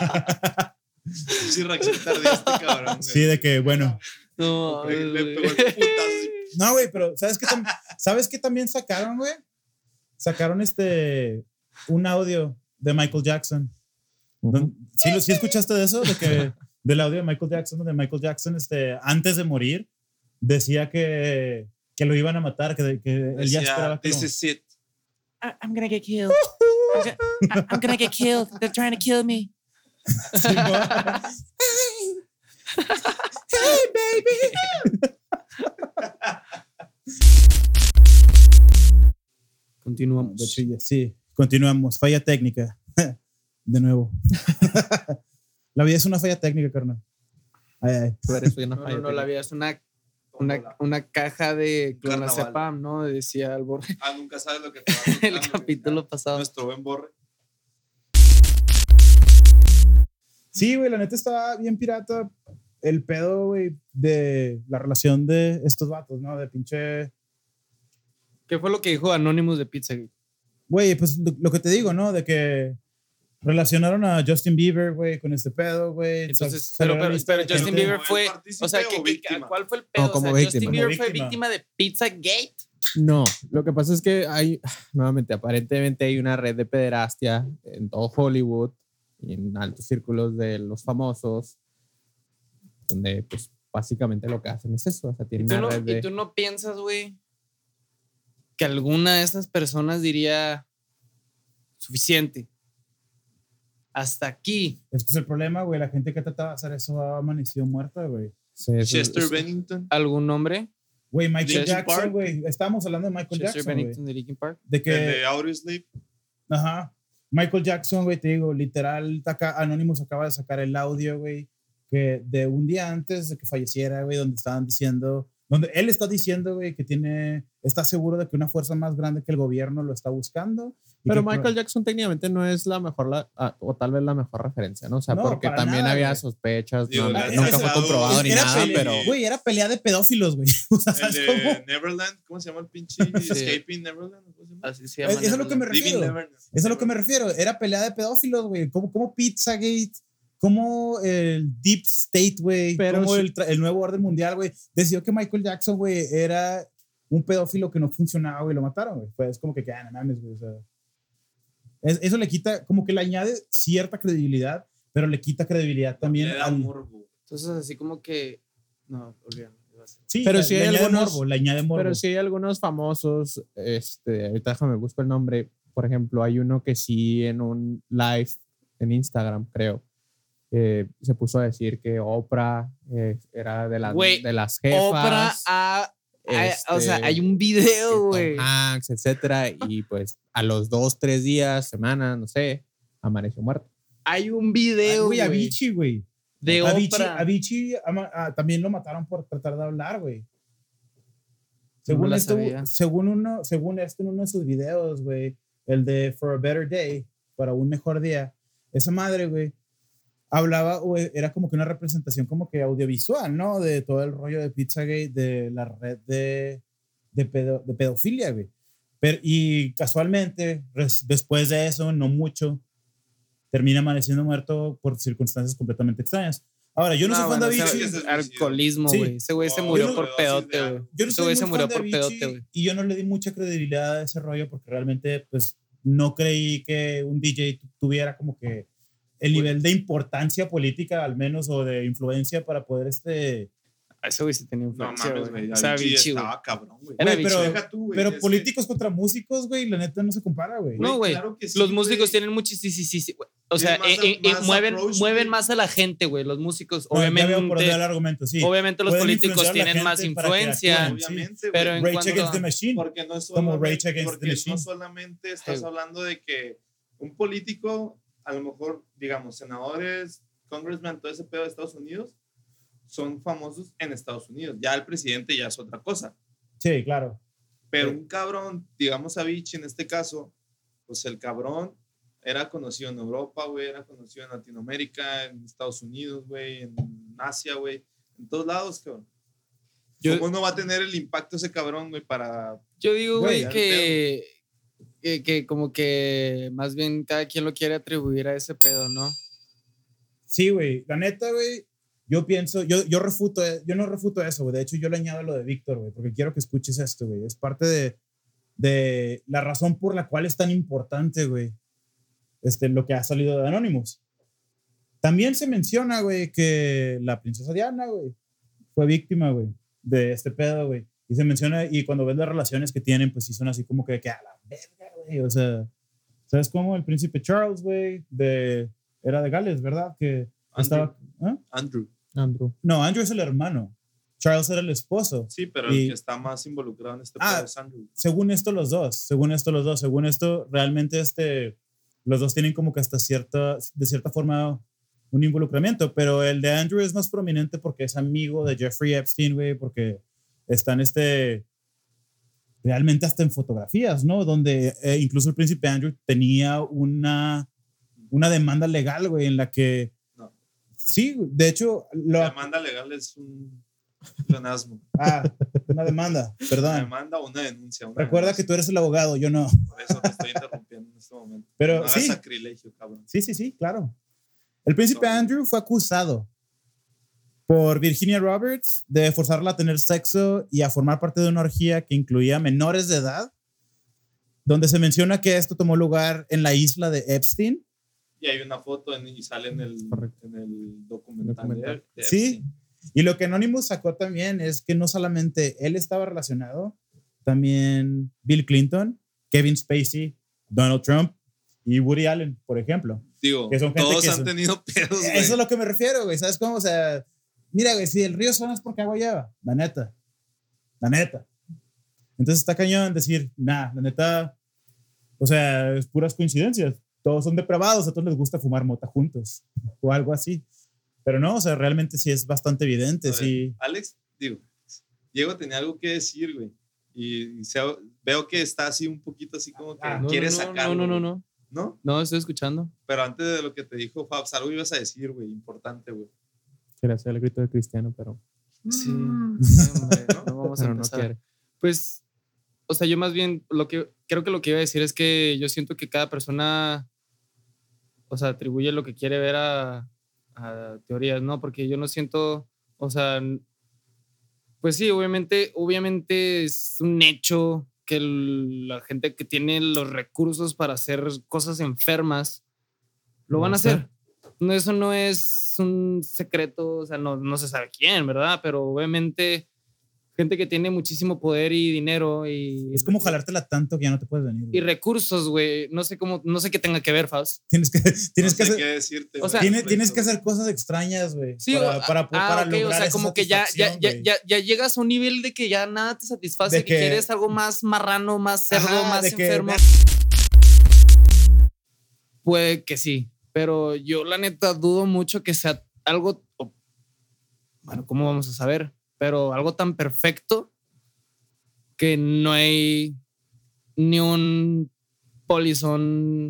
Sí, reacción tardía este cabrón, güey. sí, de que, bueno, No, Le, le güey. pegó el putazo. no, güey, pero ¿sabes qué, tam- ¿sabes qué también sacaron, güey? Sacaron este, un audio de Michael Jackson. Don- ¿Sí, lo- ¿Sí escuchaste de eso? De que, del audio de Michael Jackson, donde Michael Jackson, este, antes de morir, decía que, que lo iban a matar, que, que él ya Decía, esperaba que this lo- is it. I- I'm gonna get killed. I'm, go- I- I'm gonna get killed. They're trying to kill me. Sí, ¿no? Hey, baby. Continuamos. De hecho, ya- sí, continuamos. Falla técnica. De nuevo. La vida es una falla técnica, carnal. Ay, ay. Tú eres una No, no, falla no, la técnica. vida es una, una, una caja de Carnaval. clonazepam, ¿no? Decía el Borre. Ah, nunca sabes lo que te va a tocar, El güey. capítulo pasado. Nuestro buen Borre. Sí, güey, la neta estaba bien pirata el pedo, güey, de la relación de estos vatos, ¿no? De pinche. ¿Qué fue lo que dijo Anonymous de Pizzagate? Güey, pues lo, lo que te digo, ¿no? De que relacionaron a Justin Bieber, güey, con este pedo, güey. Entonces, Sa- pero, salió la pero, lista pero de Justin gente- Bieber ¿Como fue, él partícipe o sea, o ¿qué- qué- víctima? ¿cuál fue el pedo? No, como o sea, víctima. Justin Bieber Como fue víctima. víctima de Pizzagate. No, lo que pasa es que hay, nuevamente, aparentemente hay una red de pederastia en todo Hollywood y en altos círculos de los famosos, donde pues básicamente lo que hacen es eso, o sea, ¿Y tienen tú, una no, red de... y tú no piensas, güey, que alguna de esas personas diría suficiente? Hasta aquí. Es que es el problema, güey. La gente que trataba de hacer eso ha amanecido muerta, güey. Sí, eso- Chester eso- Bennington. ¿Algún nombre? Güey, Michael Linkin Jackson, Park. güey. Estábamos hablando de Michael Chester Jackson, güey. Bennington de Linkin Park. De El que, de Audioslave. ajá. Michael Jackson, güey, te digo, literal, acá, Anonymous acaba de sacar el audio, güey, que de un día antes de que falleciera, güey, donde estaban diciendo, donde él está diciendo, güey, que tiene, está seguro de que una fuerza más grande que el gobierno lo está buscando. y Pero que- Michael Jackson técnicamente no es la mejor, la- ah, o tal vez la mejor referencia, ¿no? O sea, No, porque para también nada, había güey. sospechas, Digo, no, le no- han nunca fue sacado- comprobado ni era nada, pelea- pero... Güey, era pelea de pedófilos, güey. O sea, ¿sabes El cómo? de Neverland. ¿Cómo se llama el pinche? Escaping Neverland. ¿Cómo se llama? Así se Es- llama. eso es lo que me Living refiero. Neverland. Eso es a lo que me refiero. Era pelea de pedófilos, güey. Como, como Pizzagate, como el Deep State, güey. Pero Como sí- el, tra- el nuevo orden mundial, güey. Decidió que Michael Jackson, güey, era un pedófilo que no funcionaba, güey. Lo mataron, güey. Pues es como que, ah, no mames, güey. O sea, es- eso le quita, como que le añade cierta credibilidad, pero le quita credibilidad también Le da al. morbo. Entonces, así como que. No, olvídalo. iba a ser- Sí, Pero le- sí le hay añade algunos- morbo, le añade morbo. Pero sí hay algunos famosos, este, ahorita déjame busco el nombre, por ejemplo, hay uno que sí en un live en Instagram, creo, eh, se puso a decir que Oprah eh, era de, la- Güey, de las jefas. Oprah ha- ha- o sea, este, hay un que video, Tom güey. Hanks, etcétera, y pues a los dos, tres días, semana, no sé, amaneció muerto. Hay un Ay, video, güey, güey, Avicii, güey. de Avicii, Oprah. Avicii ama- ah, también lo mataron por tratar de hablar, güey. No Según la esto, sabía. según uno, según esto en uno de sus videos, güey, el de For a Better Day, para un mejor día, esa madre, güey, hablaba, o era como que una representación como que audiovisual, ¿no? De todo el rollo de Pizzagate, de la red de, de, pedo, de pedofilia, güey. Pero, y casualmente, res, después de eso, no mucho, termina amaneciendo muerto por circunstancias completamente extrañas. Ahora, yo no, no soy fan de Avicii. Es alcoholismo, güey. Sí. Ese güey se murió no, por pedote, güey. Yo no soy muy se murió fan por pedote, güey. Y yo no le di mucha credibilidad a ese rollo porque realmente, pues, no creí que un D J tuviera como que el nivel de importancia política, al menos, o de influencia para poder este... Ese güey sí tenía influencia, no, güey. O sea, Avicii estaba cabrón, güey. Era Avicii. Pero, tú, güey, pero políticos que... contra músicos, güey, la neta no se compara, güey. No, güey. Claro sí, los músicos wey. Tienen mucho... Sí, sí, sí. sí. O sea, más, eh, eh, más mueven, approach, mueven más a la gente, güey. Los músicos, no, obviamente... Ya veo por el argumento, sí. Obviamente los Pueden políticos tienen más influencia. Actúen, obviamente, sí. Pero en Rage cuanto... Against the Machine. Porque no es como Rage Against porque the Machine. No solamente estás hey. hablando de que un político, a lo mejor, digamos, senadores, congressmen, todo ese pedo de Estados Unidos, son famosos en Estados Unidos. Ya el presidente ya es otra cosa. Sí, claro. Pero sí. un cabrón, digamos Avicii en este caso, pues el cabrón era conocido en Europa, güey, era conocido en Latinoamérica, en Estados Unidos, güey, en Asia, güey, en todos lados, cabrón. Yo, ¿Cómo no va a tener el impacto ese cabrón, güey, para... Yo digo, güey, que, que, que como que más bien cada quien lo quiere atribuir a ese pedo, ¿no? Sí, güey. La neta, güey, yo pienso, yo, yo refuto, yo no refuto eso, güey. De hecho, yo le añado lo de Víctor, güey, porque quiero que escuches esto, güey. Es parte de, de la razón por la cual es tan importante, güey, este, lo que ha salido de Anonymous. También se menciona, güey, que la princesa Diana, güey, fue víctima, güey, de este pedo, güey. Y se menciona, y cuando ves las relaciones que tienen, pues sí son así como que, que a la verga, güey. O sea, ¿sabes cómo? El príncipe Charles, güey, de, era de Gales, ¿verdad? Que Andrew. estaba... ¿eh? Andrew. Andrew. No, Andrew es el hermano. Charles era el esposo. Sí, pero y, el que está más involucrado en este ah, pedo es Andrew. Según esto, los dos. Según esto, los dos. Según esto, realmente este, los dos tienen como que hasta cierta, de cierta forma, un involucramiento. Pero el de Andrew es más prominente porque es amigo de Jeffrey Epstein, güey, porque están este, realmente hasta en fotografías, ¿no? Donde eh, incluso el príncipe Andrew tenía una, una demanda legal, güey, en la que sí, de hecho... Lo... La demanda legal es un pleonasmo. Ah, una demanda, perdón. Una demanda o una denuncia. Una Recuerda denuncia. que tú eres el abogado, yo no. Por eso te estoy interrumpiendo en este momento. Pero no sí. es sacrilegio, cabrón. Sí, sí, sí, claro. El príncipe no. Andrew fue acusado por Virginia Roberts de forzarla a tener sexo y a formar parte de una orgía que incluía menores de edad, donde se menciona que esto tomó lugar en la isla de Epstein. Y hay una foto en, y sale en el, en el documental. documental. De, de sí, y lo que Anonymous sacó también es que no solamente él estaba relacionado, también Bill Clinton, Kevin Spacey, Donald Trump y Woody Allen, por ejemplo. Digo, que son todos que han son, tenido pedos, güey. Eso es lo que me refiero, güey. ¿Sabes cómo? O sea, mira, güey, si el río suena es porque agua lleva. La neta. La neta. Entonces está cañón decir, nah, la neta, o sea, es puras coincidencias. Todos son depravados, a todos les gusta fumar mota juntos o algo así. Pero no, o sea, realmente sí es bastante evidente. Ver, sí. Alex, digo, Diego tenía algo que decir, güey. Y, y se, veo que está así un poquito así como que ah, no, quiere no, sacarlo. No, no, no, no. ¿No? No, estoy escuchando. Pero antes de lo que te dijo Fabs, algo ibas a decir, güey, importante, güey. Quería hacer el grito de Cristiano, pero... Sí, sí hombre, ¿no? No vamos a pero empezar. No quiere. Pues, o sea, yo más bien, lo que creo que lo que iba a decir es que yo siento que cada persona... O sea, atribuye lo que quiere ver a, a teorías, ¿no? Porque yo no siento, o sea, pues sí, obviamente, obviamente es un hecho que el, la gente que tiene los recursos para hacer cosas enfermas lo van a hacer. No, eso no es un secreto, o sea, no, no se sabe quién, ¿verdad? Pero obviamente gente que tiene muchísimo poder y dinero y... Es como jalártela tanto que ya no te puedes venir. Y recursos, güey. No sé cómo, no sé qué tenga que ver, Faust. Tienes que, tienes no que sé hacer... qué decirte. O sea, tienes, tienes que hacer cosas extrañas, güey. Sí, para, o, para, para, ah, para okay, lograr o sea, como que ya, ya, ya, ya, ya llegas a un nivel de que ya nada te satisface, de que, que quieres algo más marrano, más cerdo, ajá, más enfermo. Que... Puede que sí, pero yo la neta dudo mucho que sea algo... Bueno, ¿cómo vamos a saber? Pero algo tan perfecto que no hay ni un polizón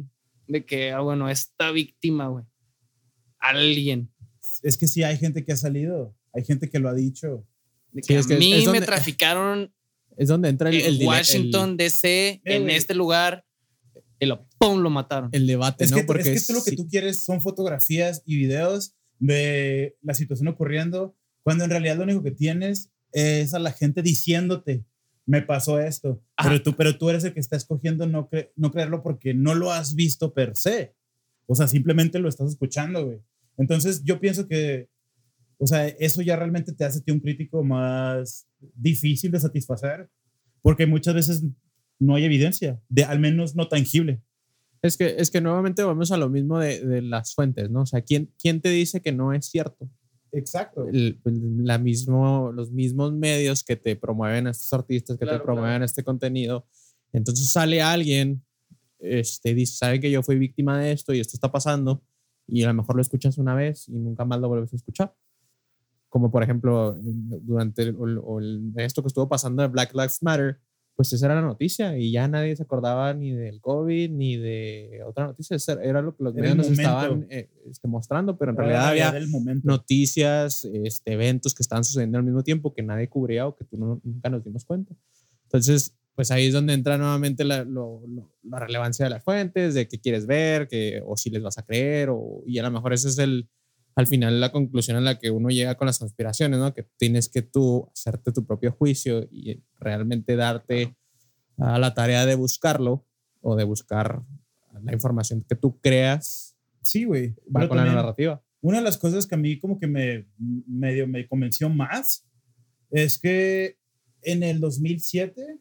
de que, ah, bueno, esta víctima, güey, alguien, Es que sí hay gente que ha salido, hay gente que lo ha dicho. de que Sí, a es que es- mí es me donde- traficaron Es donde entra el, en el, dile- Washington, el- D C, Eh, en güey. este lugar, y lo, ¡pum!, lo mataron. el debate, Es ¿no? que, tú- Porque es que tú lo que sí- tú quieres son fotografías y videos de la situación ocurriendo, cuando en realidad lo único que tienes es a la gente diciéndote, me pasó esto. Ajá. Pero tú, pero tú eres el que está escogiendo no, cre- no creerlo porque no lo has visto per se. O sea, simplemente lo estás escuchando, güey. Entonces yo pienso que, o sea, eso ya realmente te hace a ti un crítico más difícil de satisfacer, porque muchas veces no hay evidencia, de, al menos no tangible. Es que, es que nuevamente vamos a lo mismo de, de las fuentes, ¿no? O sea, ¿quién, ¿quién te dice que no es cierto? Exacto. El- el- la mismo, los mismos medios que te promueven a estos artistas, que Claro, te promueven claro. este contenido. Entonces sale alguien, este, dice, sabe que yo fui víctima de esto y esto está pasando, y a lo mejor lo escuchas una vez y nunca más lo vuelves a escuchar. Como por ejemplo, durante el- o- o el- esto que estuvo pasando de Black Lives Matter, pues esa era la noticia y ya nadie se acordaba ni del COVID ni de otra noticia. Esa Era lo que los Era medios el nos momento. estaban eh, este, mostrando, pero en Era la realidad realidad había del momento. noticias, este, eventos que estaban sucediendo al mismo tiempo que nadie cubría o que tú no- nunca nos dimos cuenta. Entonces, pues ahí es donde entra nuevamente la, lo- lo- la relevancia de las fuentes, de qué quieres ver, que, o si les vas a creer, o, y a lo mejor ese es el, al final la conclusión a la que uno llega con las conspiraciones, ¿no? Que tienes que tú hacerte tu propio juicio y realmente darte a la tarea de buscarlo o de buscar la información que tú creas Sí, güey. va Pero con la también, narrativa. una de las cosas que a mí como que me medio me convenció más es que en el dos mil siete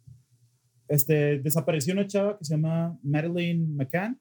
este, desapareció una chava que se llama Madeleine McCann,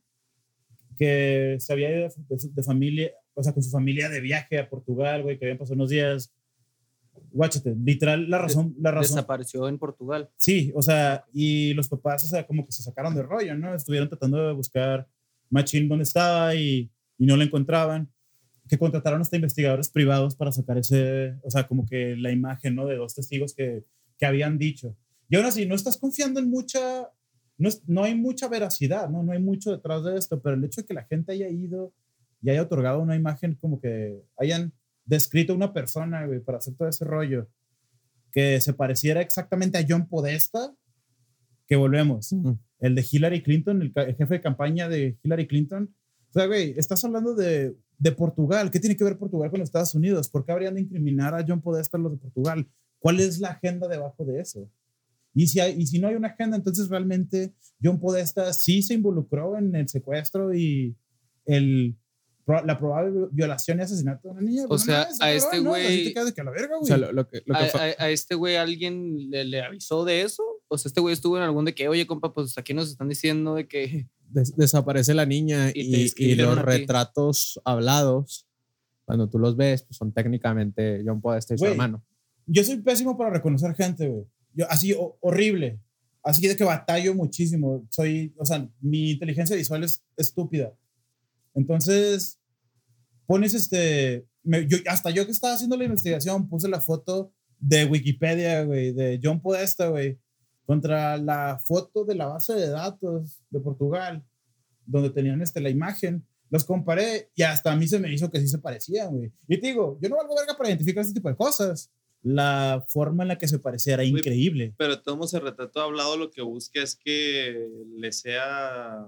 que se había ido de, de, de familia, o sea, con su familia de viaje a Portugal, güey, que habían pasado unos días. Guáchate, literal, la razón, la razón. Desapareció en Portugal. Sí, o sea, y los papás, o sea, como que se sacaron de rollo, ¿no? Estuvieron tratando de buscar Machín dónde estaba y, y no la encontraban. Que contrataron hasta investigadores privados para sacar ese, o sea, como que la imagen, ¿no? De dos testigos que, que habían dicho. Y aún así, no estás confiando en mucha, no, es, no hay mucha veracidad, ¿no? No hay mucho detrás de esto, pero el hecho de que la gente haya ido y haya otorgado una imagen, como que hayan descrito a una persona, güey, para hacer todo ese rollo, que se pareciera exactamente a John Podesta, que volvemos, Mm. el de Hillary Clinton, el, el jefe de campaña de Hillary Clinton. O sea, güey, estás hablando de, de Portugal. ¿Qué tiene que ver Portugal con los Estados Unidos? ¿Por qué habrían de incriminar a John Podesta los de Portugal? ¿Cuál es la agenda debajo de eso? Y si, hay, y si no hay una agenda, entonces realmente John Podesta sí se involucró en el secuestro y el, la probable violación y asesinato de una niña. O Pues, sea, no, está a este cabrón, ¿no? güey- Así te quedas de que a la verga, O güey. sea, lo, lo que, lo ¿A, que fa- a- a este güey alguien le, le avisó de eso? O sea, este güey estuvo en algún de que, oye, compa, pues aquí nos están diciendo de que... des- desaparece la niña Y te y, y escribieron los a ti. retratos hablados, cuando tú los ves, pues son técnicamente John Podesta y su Güey, hermano. Yo soy pésimo para reconocer gente, güey. Yo, así, o- horrible. Así de que batallo muchísimo. Soy, o sea, mi inteligencia visual es estúpida. Entonces, pones este. Me, yo, hasta yo que estaba haciendo la investigación, puse la foto de Wikipedia, güey, de John Podesta, güey, contra la foto de la base de datos de Portugal, donde tenían este, la imagen. Los comparé y hasta a mí se me hizo que sí se parecían, güey. Y te digo, yo no valgo verga para identificar este tipo de cosas. La forma en la que se parecía era Güey, increíble. Pero todos el retrato hablado lo que busca es que le sea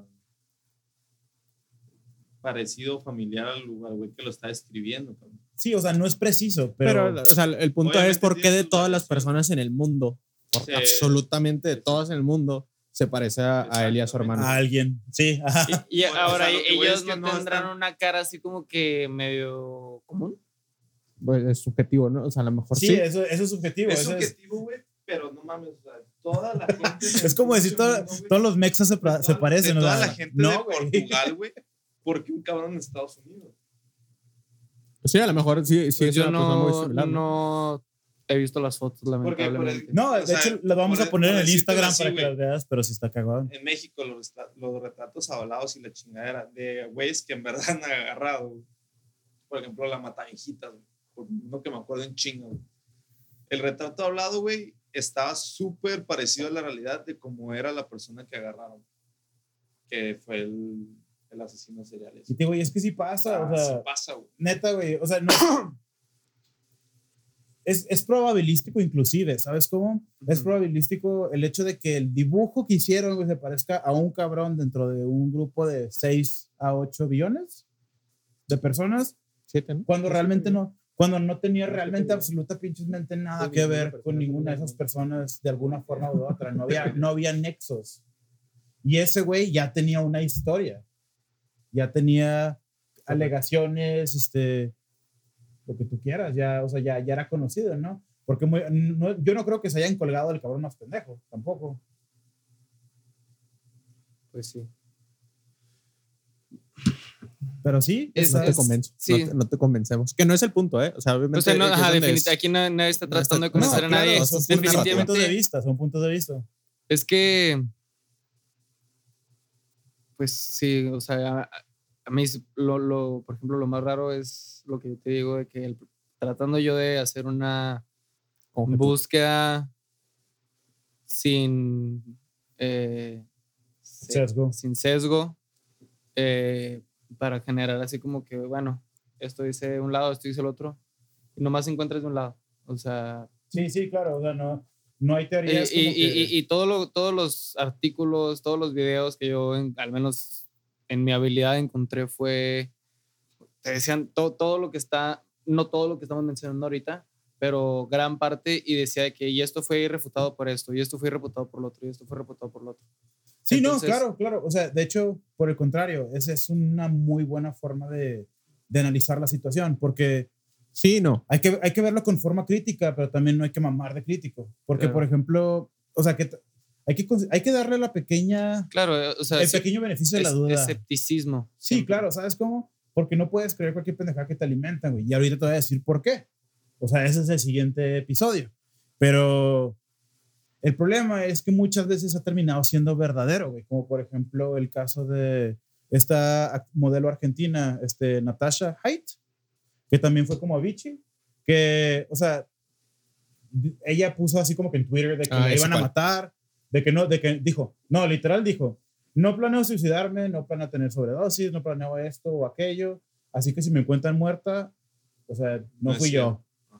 parecido familiar al lugar, güey, que lo está escribiendo. Cabrón. Sí, o sea, no es preciso, pero, Pero, o sea, el punto Obviamente es por qué tiene de sus todas las variaciones. personas en el mundo, por Sí. absolutamente de todas en el mundo, se parece a, a él y a su hermano. a alguien, sí. Ajá. Y, y Bueno, ahora, o sea, lo que voy ellos es que no no tendrán están- una cara así como que medio común. Pues es subjetivo, ¿no? O sea, a lo mejor Sí, sí. Eso, eso es subjetivo. Es eso es, subjetivo, güey, pero no mames, o sea, toda la gente... en el es como decir, pinche todo- mundo, güey, todos los mexas se, de pra- se toda- parecen. De o toda sea, la gente no, de güey. Portugal, güey, porque un cabrón en Estados Unidos. Sí, a lo mejor sí, sí Pues es yo una persona muy no, similar. ¿no? no he visto las fotos, Porque, por lamentablemente. el- No, o de sea, hecho, lo vamos por- a poner por en el decírtelo Instagram así, para que güey. las veas, pero sí está cagado. En México los, resta- los retratos hablados y la chingadera de güeyes que en verdad han agarrado, güey. Por ejemplo, la Matavijitas, güey. Por uno que me acuerdo en chinga, güey. El retrato hablado, güey, estaba súper parecido a la realidad de cómo era la persona que agarraron. Que fue el el asesino serial. Y te digo, y es que sí pasa, Ah, o sea, sí pasa, güey. neta, güey, o sea, no. es, es probabilístico inclusive, ¿sabes cómo? Es probabilístico el hecho de que el dibujo que hicieron, güey, se parezca a un cabrón dentro de un grupo de seis a ocho billones de personas, Siete, ¿no? cuando Sí, realmente sí. no, cuando no tenía Sí, realmente sí. absoluta pinchemente nada Sí, que sí, ver sí, con sí, ninguna de sí, esas sí. personas de alguna forma u otra, no había, no había nexos. Y ese güey ya tenía una historia, ya tenía alegaciones, este, lo que tú quieras, ya, o sea, ya, ya era conocido, ¿no? Porque muy, no, yo no creo que se hayan colgado el cabrón más pendejo, tampoco. Pues sí. Pero sí, Es- No te es- convenzo. sí. No, te, no te convencemos. Que no es el punto, ¿eh? O sea, obviamente. O sea, no, que es ajá, donde definit- es- aquí na- nadie está no está- tratando de no, convencer a nadie. claro, son, es una puntos, son Definitivamente puntos de vista, son puntos de vista. es que, pues sí, o sea, a, a mí lo, lo, por ejemplo, lo más raro es lo que yo te digo de que el- tratando yo de hacer una Conjetura. búsqueda sin eh, se- Sesgo. sin sesgo eh, para generar así como que, bueno, esto dice un lado, esto dice el otro, y nomás encuentras de un lado. O sea, Sí, sí, claro, o sea, no, no hay y, teorías y, como que... y- y todo lo- todos los artículos, todos los videos que yo, en- al menos en mi habilidad, encontré fue, te decían to- todo lo que está, no todo lo que estamos mencionando ahorita, pero gran parte, y decía de que y esto fue refutado por esto, y esto fue refutado por lo otro, y esto fue refutado por lo otro. Sí, Entonces- no, claro, claro. O sea, de hecho, por el contrario, esa es una muy buena forma de, de analizar la situación, porque Sí, no. hay que, hay que verlo con forma crítica, pero también no hay que mamar de crítico. Porque, Claro. por ejemplo, o sea, que t- hay que, cons- hay que darle la pequeña, Claro, o sea, el sí, pequeño beneficio de la es- duda. escepticismo. Sí, siempre. claro, ¿sabes cómo? Porque no puedes creer cualquier pendejada que te alimentan, güey. Y ahorita te voy a decir por qué. O sea, ese es el siguiente episodio. Pero el problema es que muchas veces ha terminado siendo verdadero, güey. Como por ejemplo el caso de esta act- modelo argentina, este, Natasha Haidt, que también fue como Avicii, que, o sea, di- ella puso así como que en Twitter de que Ah, la ese iban a cual. matar, de que no, de que dijo, no, literal dijo, no planeo suicidarme, no planeo tener sobredosis, no planeo esto o aquello, así que si me encuentran muerta, o sea, no, No es fui yo. cierto.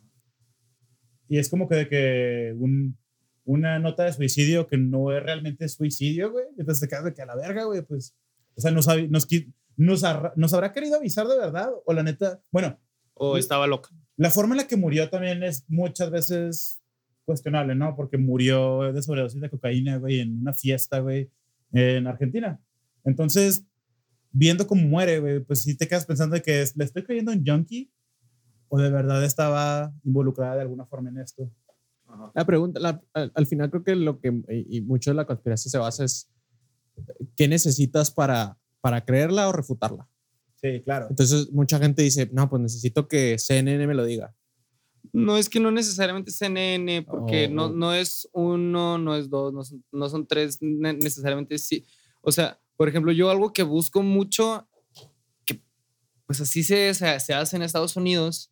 Y es como que de que un, una nota de suicidio que no es realmente suicidio, güey, entonces te quedas de que a la verga, güey, pues, o sea, nos, hab- nos, qui- nos, arra- nos habrá querido avisar de verdad, o la neta, bueno, O estaba loca. la forma en la que murió también es muchas veces cuestionable, ¿no? Porque murió de sobredosis de cocaína, güey, en una fiesta, güey, en Argentina. Entonces, viendo cómo muere, güey, pues sí te quedas pensando de que es, le estoy creyendo un junkie o de verdad estaba involucrada de alguna forma en esto. Ajá. La pregunta, la- al, al final creo que lo que, y, y mucho de la conspiración se basa es qué necesitas para, para creerla o refutarla. Sí, claro. Entonces, mucha gente dice, no, pues necesito que C N N me lo diga. No es que no necesariamente C N N, porque Oh, no, oh. no es uno, no es dos, no son, no son tres ne- necesariamente. Sí. O sea, por ejemplo, yo algo que busco mucho, que pues así se, se, se hace en Estados Unidos,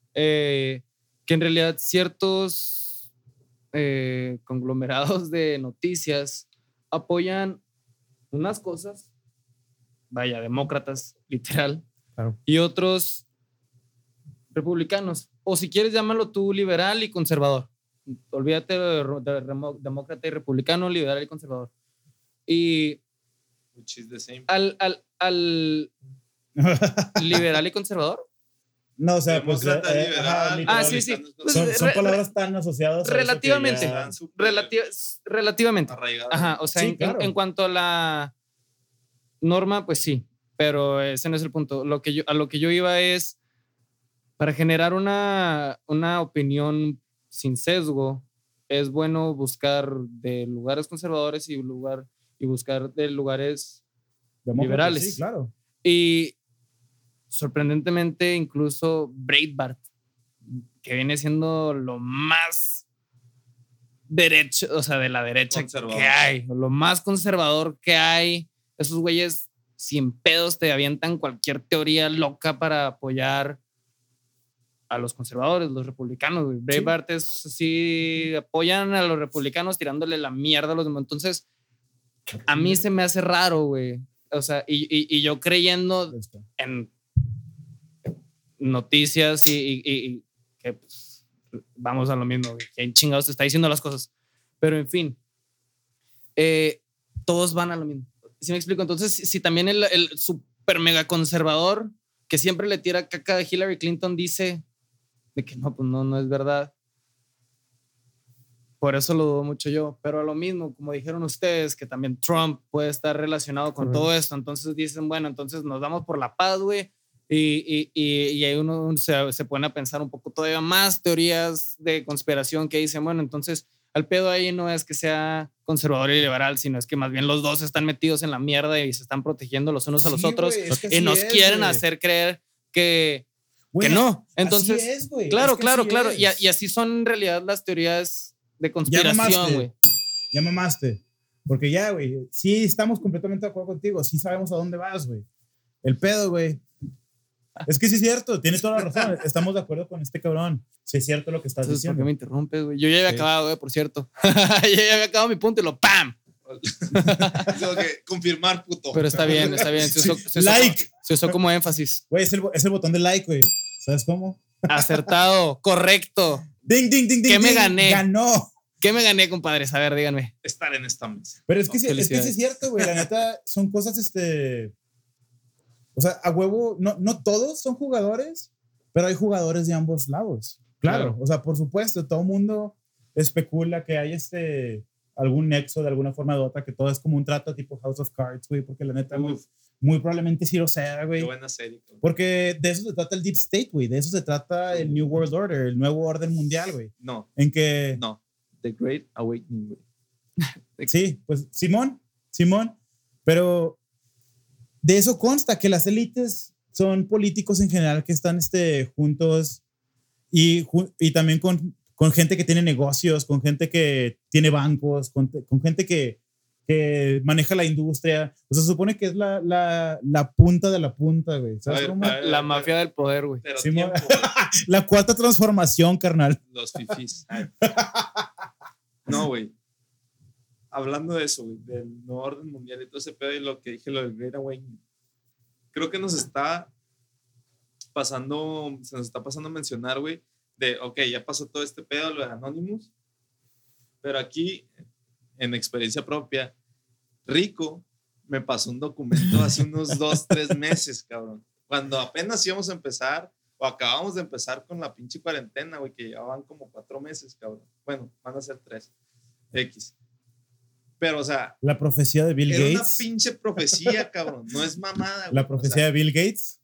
eh, que en realidad ciertos eh, conglomerados de noticias apoyan unas cosas, vaya, demócratas, literal, Claro. y otros republicanos, o si quieres llámalo tú liberal y conservador. Olvídate de, de remo- demócrata y republicano, liberal y conservador. Y Which is the same. al, al, al liberal y conservador, No, o sea, pues... Demócrata, eh, liberal, ajá, literal. Ah, sí, sí. Pues, Son, son re- palabras tan asociadas. a eso que relativamente. ya- Están súper relati- relativamente. arraigados. Ajá, o sea, Sí, en, en- claro. en cuanto a la norma, pues sí, pero ese no es el punto. Lo que yo, a lo que yo iba es, para generar una, una opinión sin sesgo, es bueno buscar de lugares conservadores y, lugar, y buscar de lugares demócratas, liberales. Sí, claro. Y sorprendentemente, incluso Breitbart, que viene siendo lo más derecho, o sea, de la derecha Conservador. que hay, lo más conservador que hay. Esos güeyes sin pedos te avientan cualquier teoría loca para apoyar a los conservadores, los republicanos. Güey. Breitbart es así, apoyan a los republicanos tirándole la mierda a los demás. Entonces, a mí se me hace raro, güey, o sea, y, y, y yo creyendo en noticias y, y, y, y que pues, vamos a lo mismo, que chingados te está diciendo las cosas. Pero en fin, eh, todos van a lo mismo. ¿Sí me explico? Entonces, si, si también el, el super mega conservador que siempre le tira caca a Hillary Clinton dice de que no, pues no, no es verdad. Por eso lo dudo mucho yo. Pero a lo mismo, como dijeron ustedes, que también Trump puede estar relacionado con todo esto. Entonces dicen, bueno, entonces nos damos por la paz, güey. Y, y, y, y ahí uno se, se pone a pensar un poco todavía más teorías de conspiración que dicen, bueno, entonces al pedo ahí no es que sea conservador y liberal, sino es que más bien los dos están metidos en la mierda y se están protegiendo los unos a los Sí, otros güey, es que y así nos es, quieren güey. hacer creer que, Güey, que no. Entonces, así es, güey. claro, Es que claro, así claro. es. Y, a- y así son en realidad las teorías de Ya conspiración, mamaste. güey. Ya mamaste. Porque ya, güey, sí estamos completamente de acuerdo contigo. Sí sabemos a dónde vas, güey. El pedo, güey. Es que sí es cierto, tienes toda la razón. Estamos de acuerdo con este cabrón. Sí es cierto lo que estás Entonces, ¿por qué diciendo. me interrumpes, güey? Yo ya había Sí. acabado, güey, por cierto. Yo ya había acabado mi punto y lo ¡pam! Tengo que confirmar, puto. Pero está bien, está bien. Se usó, se usó Like. como- se usó como énfasis. Güey, es el, es el botón de like, güey. ¿Sabes cómo? Acertado, correcto. Ding, ding, ding, ding. ¿Qué me ding. gané? Ganó. ¿Qué me gané, compadres? A ver, díganme. Estar en esta mesa. Pero es que, Oh, sí, es que sí felicidades. es cierto, güey. La neta, son cosas, este. O sea, a huevo, no, no todos son jugadores, pero hay jugadores de ambos lados. Claro. Claro. O sea, por supuesto, todo el mundo especula que hay este algún nexo de alguna forma u otra, que todo es como un trato tipo House of Cards, güey, porque la neta, muy, Uf, muy probablemente sí lo sea, qué güey. buena serie. cabrón. Porque de eso se trata el Deep State, güey. De eso se trata el New World Order, el nuevo orden mundial, güey. No, En que, no. The Great Awakening, güey. sí, pues Simón, Simón, pero de eso consta que las élites son políticos en general que están este, juntos y, ju- y también con, con gente que tiene negocios, con gente que tiene bancos, con, con gente que, que maneja la industria. O sea, se supone que es la, la, la punta de la punta, güey. ¿Sabes A ver, cómo? a ver. La mafia del poder, güey. Pero Simón. tiempo, güey. La cuarta transformación, carnal. Los fifís. No, güey. Hablando de eso, güey, del nuevo orden mundial y todo ese pedo y lo que dije, lo del Great Awakening. Creo que nos está pasando, se nos está pasando a mencionar, güey, de, ok, ya pasó todo este pedo, lo de Anonymous, pero aquí, en experiencia propia, Rico me pasó un documento hace unos dos, tres meses, cabrón. Cuando apenas íbamos a empezar, o acabamos de empezar con la pinche cuarentena, güey, que llevaban como cuatro meses, cabrón. Bueno, van a ser tres. X. Pero, o sea, La profecía de Bill era una Gates. pinche profecía, cabrón. No es mamada, güey. La profecía O sea, de Bill Gates.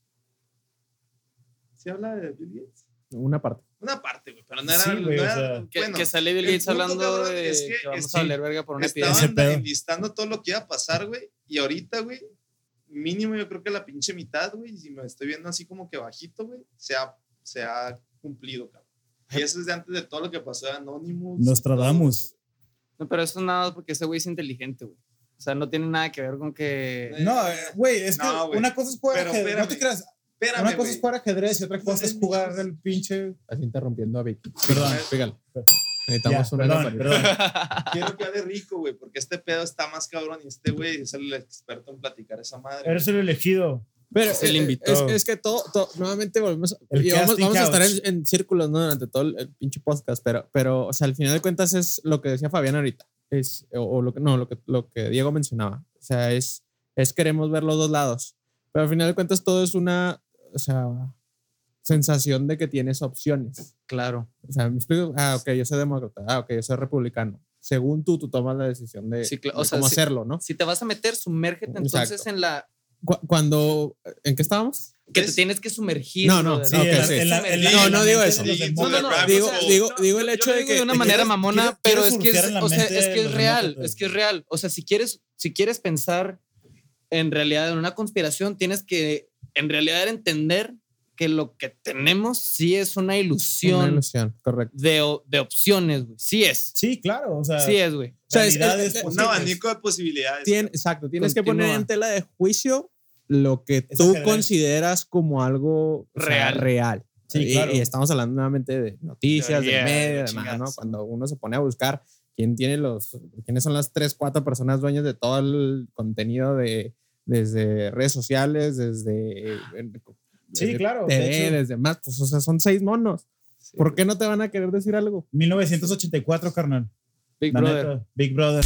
¿sí habla de Bill Gates? Una parte. Una parte, güey, pero no era... Sí, güey, no o era- sea, Que, bueno, que sale Bill el Gates punto, hablando cabrón, de es que- que vamos es- a sí. valer verga por una Ese Estaban epidemia. pedo. enlistando todo lo que iba a pasar, güey. Y ahorita, güey, mínimo yo creo que la pinche mitad, güey, si me estoy viendo así como que bajito, güey, se ha, se ha cumplido, cabrón. Y eso es de antes de todo lo que pasó de Anonymous. Nostradamus. No, pero eso es nada más porque ese güey es inteligente, güey. O sea, no tiene nada que ver con que... No, eh, güey, es que No, güey. una cosa es jugar Pero ajedrez. No te espérame. creas. Espérame, Una cosa güey. es jugar ajedrez y otra cosa es jugar el pinche. Así interrumpiendo a Vicky. Perdón. Pégale. Ya, Necesitamos una perdón, lamparita. perdón. Quiero que hable rico, güey, porque este pedo está más cabrón y este güey es el experto en platicar esa madre. Eres el elegido. Pero Se le eh, invitó. Es, es que todo, todo- nuevamente volvemos. El y vamos, casting vamos a estar couch. en, en círculos, ¿no? Durante todo el, el pinche podcast, pero, pero, o sea, al final de cuentas es lo que decía Fabián ahorita. Es, o, o lo que, no, lo que, lo que Diego mencionaba. O sea, es, es queremos ver los dos lados. Pero al final de cuentas todo es una, o sea, sensación de que tienes opciones. Claro. O sea, me explico. Ah, ok, yo soy demócrata. Ah, ok, yo soy republicano. Según tú, tú tomas la decisión de, Sí, claro. de O sea, cómo sí. hacerlo, ¿no? Si te vas a meter, sumérgete entonces Exacto. en la... Cu- Cuando, ¿en qué estábamos? Que te ¿Ves? tienes que sumergir. No, no, brother. Sí, Ok, en la- sí. en la- en la- No, en la no digo mente eso. de los Digo, demás. No, no, no. Digo, o sea, digo, no, digo el yo- hecho yo lo de digo que de una te manera quieres- mamona, quieres- pero quieres es que surfear es, en la o sea, mente es de que es los real, demócratas. es que es real. O sea, si quieres, si quieres pensar en realidad en una conspiración, tienes que en realidad entender que lo que tenemos sí es una ilusión, Una ilusión, correcto. de, o- de opciones, güey. Sí es. Sí, claro. O sea, Sí es, güey. O sea, es- realidades es- Un posibles. abanico de posibilidades. Tien- exacto, tienes que Continúa. poner en tela de juicio lo que Es tú ajedrez. consideras como algo o sea, Real. real. Sí, y, claro. y estamos hablando nuevamente de noticias, Teoría, de medio, de demás, ¿no? chingadas. Cuando uno se pone a buscar quién tiene los, quiénes son las tres, cuatro personas dueñas de todo el contenido de, desde redes sociales, desde, Sí, desde claro, T V, de hecho. desde más, pues o sea, son seis monos. Sí, ¿Por qué no te van a querer decir algo? mil novecientos ochenta y cuatro, carnal. Big La Brother. neta, Big Brother.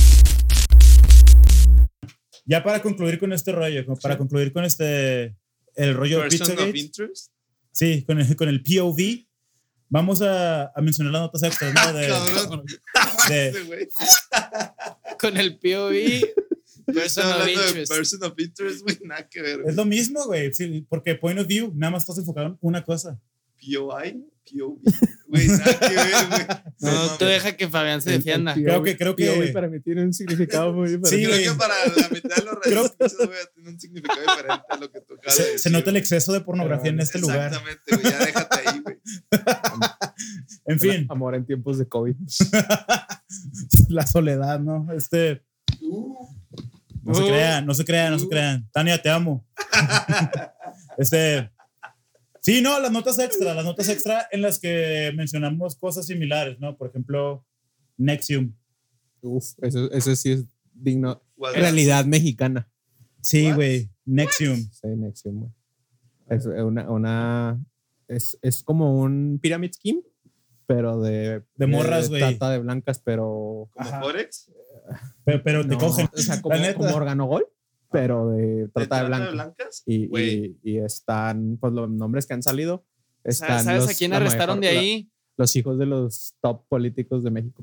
Ya para concluir con este rollo, como para concluir con este, el rollo de Person of Pizzagate, interest. sí, con el, con el P O V, vamos a, a mencionar las notas extras, ¿no? De, Cabrón. de- Ese güey. Con el P O V, Person Está of hablando de Interest. person of interest, güey. Nada que ver. güey. es lo mismo, güey, sí, porque point of view, nada más estás enfocado en una cosa. P O I, P O V. Güey, nada que ver, güey. No, mames. tú deja que Fabián se El- defienda. el Creo que- creo que- P O V para mí tiene un significado muy diferente. Sí, Creo güey. que para la mitad de los radioescuchas, güey, tiene un significado diferente a lo que tú acabas de Se, decir. se nota el güey. exceso de pornografía en este lugar. Exactamente, güey. Ya déjate ahí, güey. En fin, Amor en tiempos de COVID. la soledad, ¿no? Este, no se Uh. crean, no se crean, no se Uh. crean. Tania, te amo. Este, sí, no, las notas extra, las notas extra en las que mencionamos cosas similares, ¿no? Por ejemplo, Nexium. Uf, eso, eso sí es digno. What- Realidad mexicana. Sí, What? güey, Nexium. Sí, Nexium, güey. Es una, una es, es como un pyramid scheme, pero de, De morras, güey. trata de blancas, pero ¿Como Ajá. Forex? Pero, pero te no, cogen. o sea, como, La neta. como organogol, pero de ¿De trata de trata blancas. blancas? Y, Güey. y, y están, pues los nombres que han salido. Están ¿Sabes los- a quién la arrestaron de mejor- ahí? la- los hijos de los top políticos de México.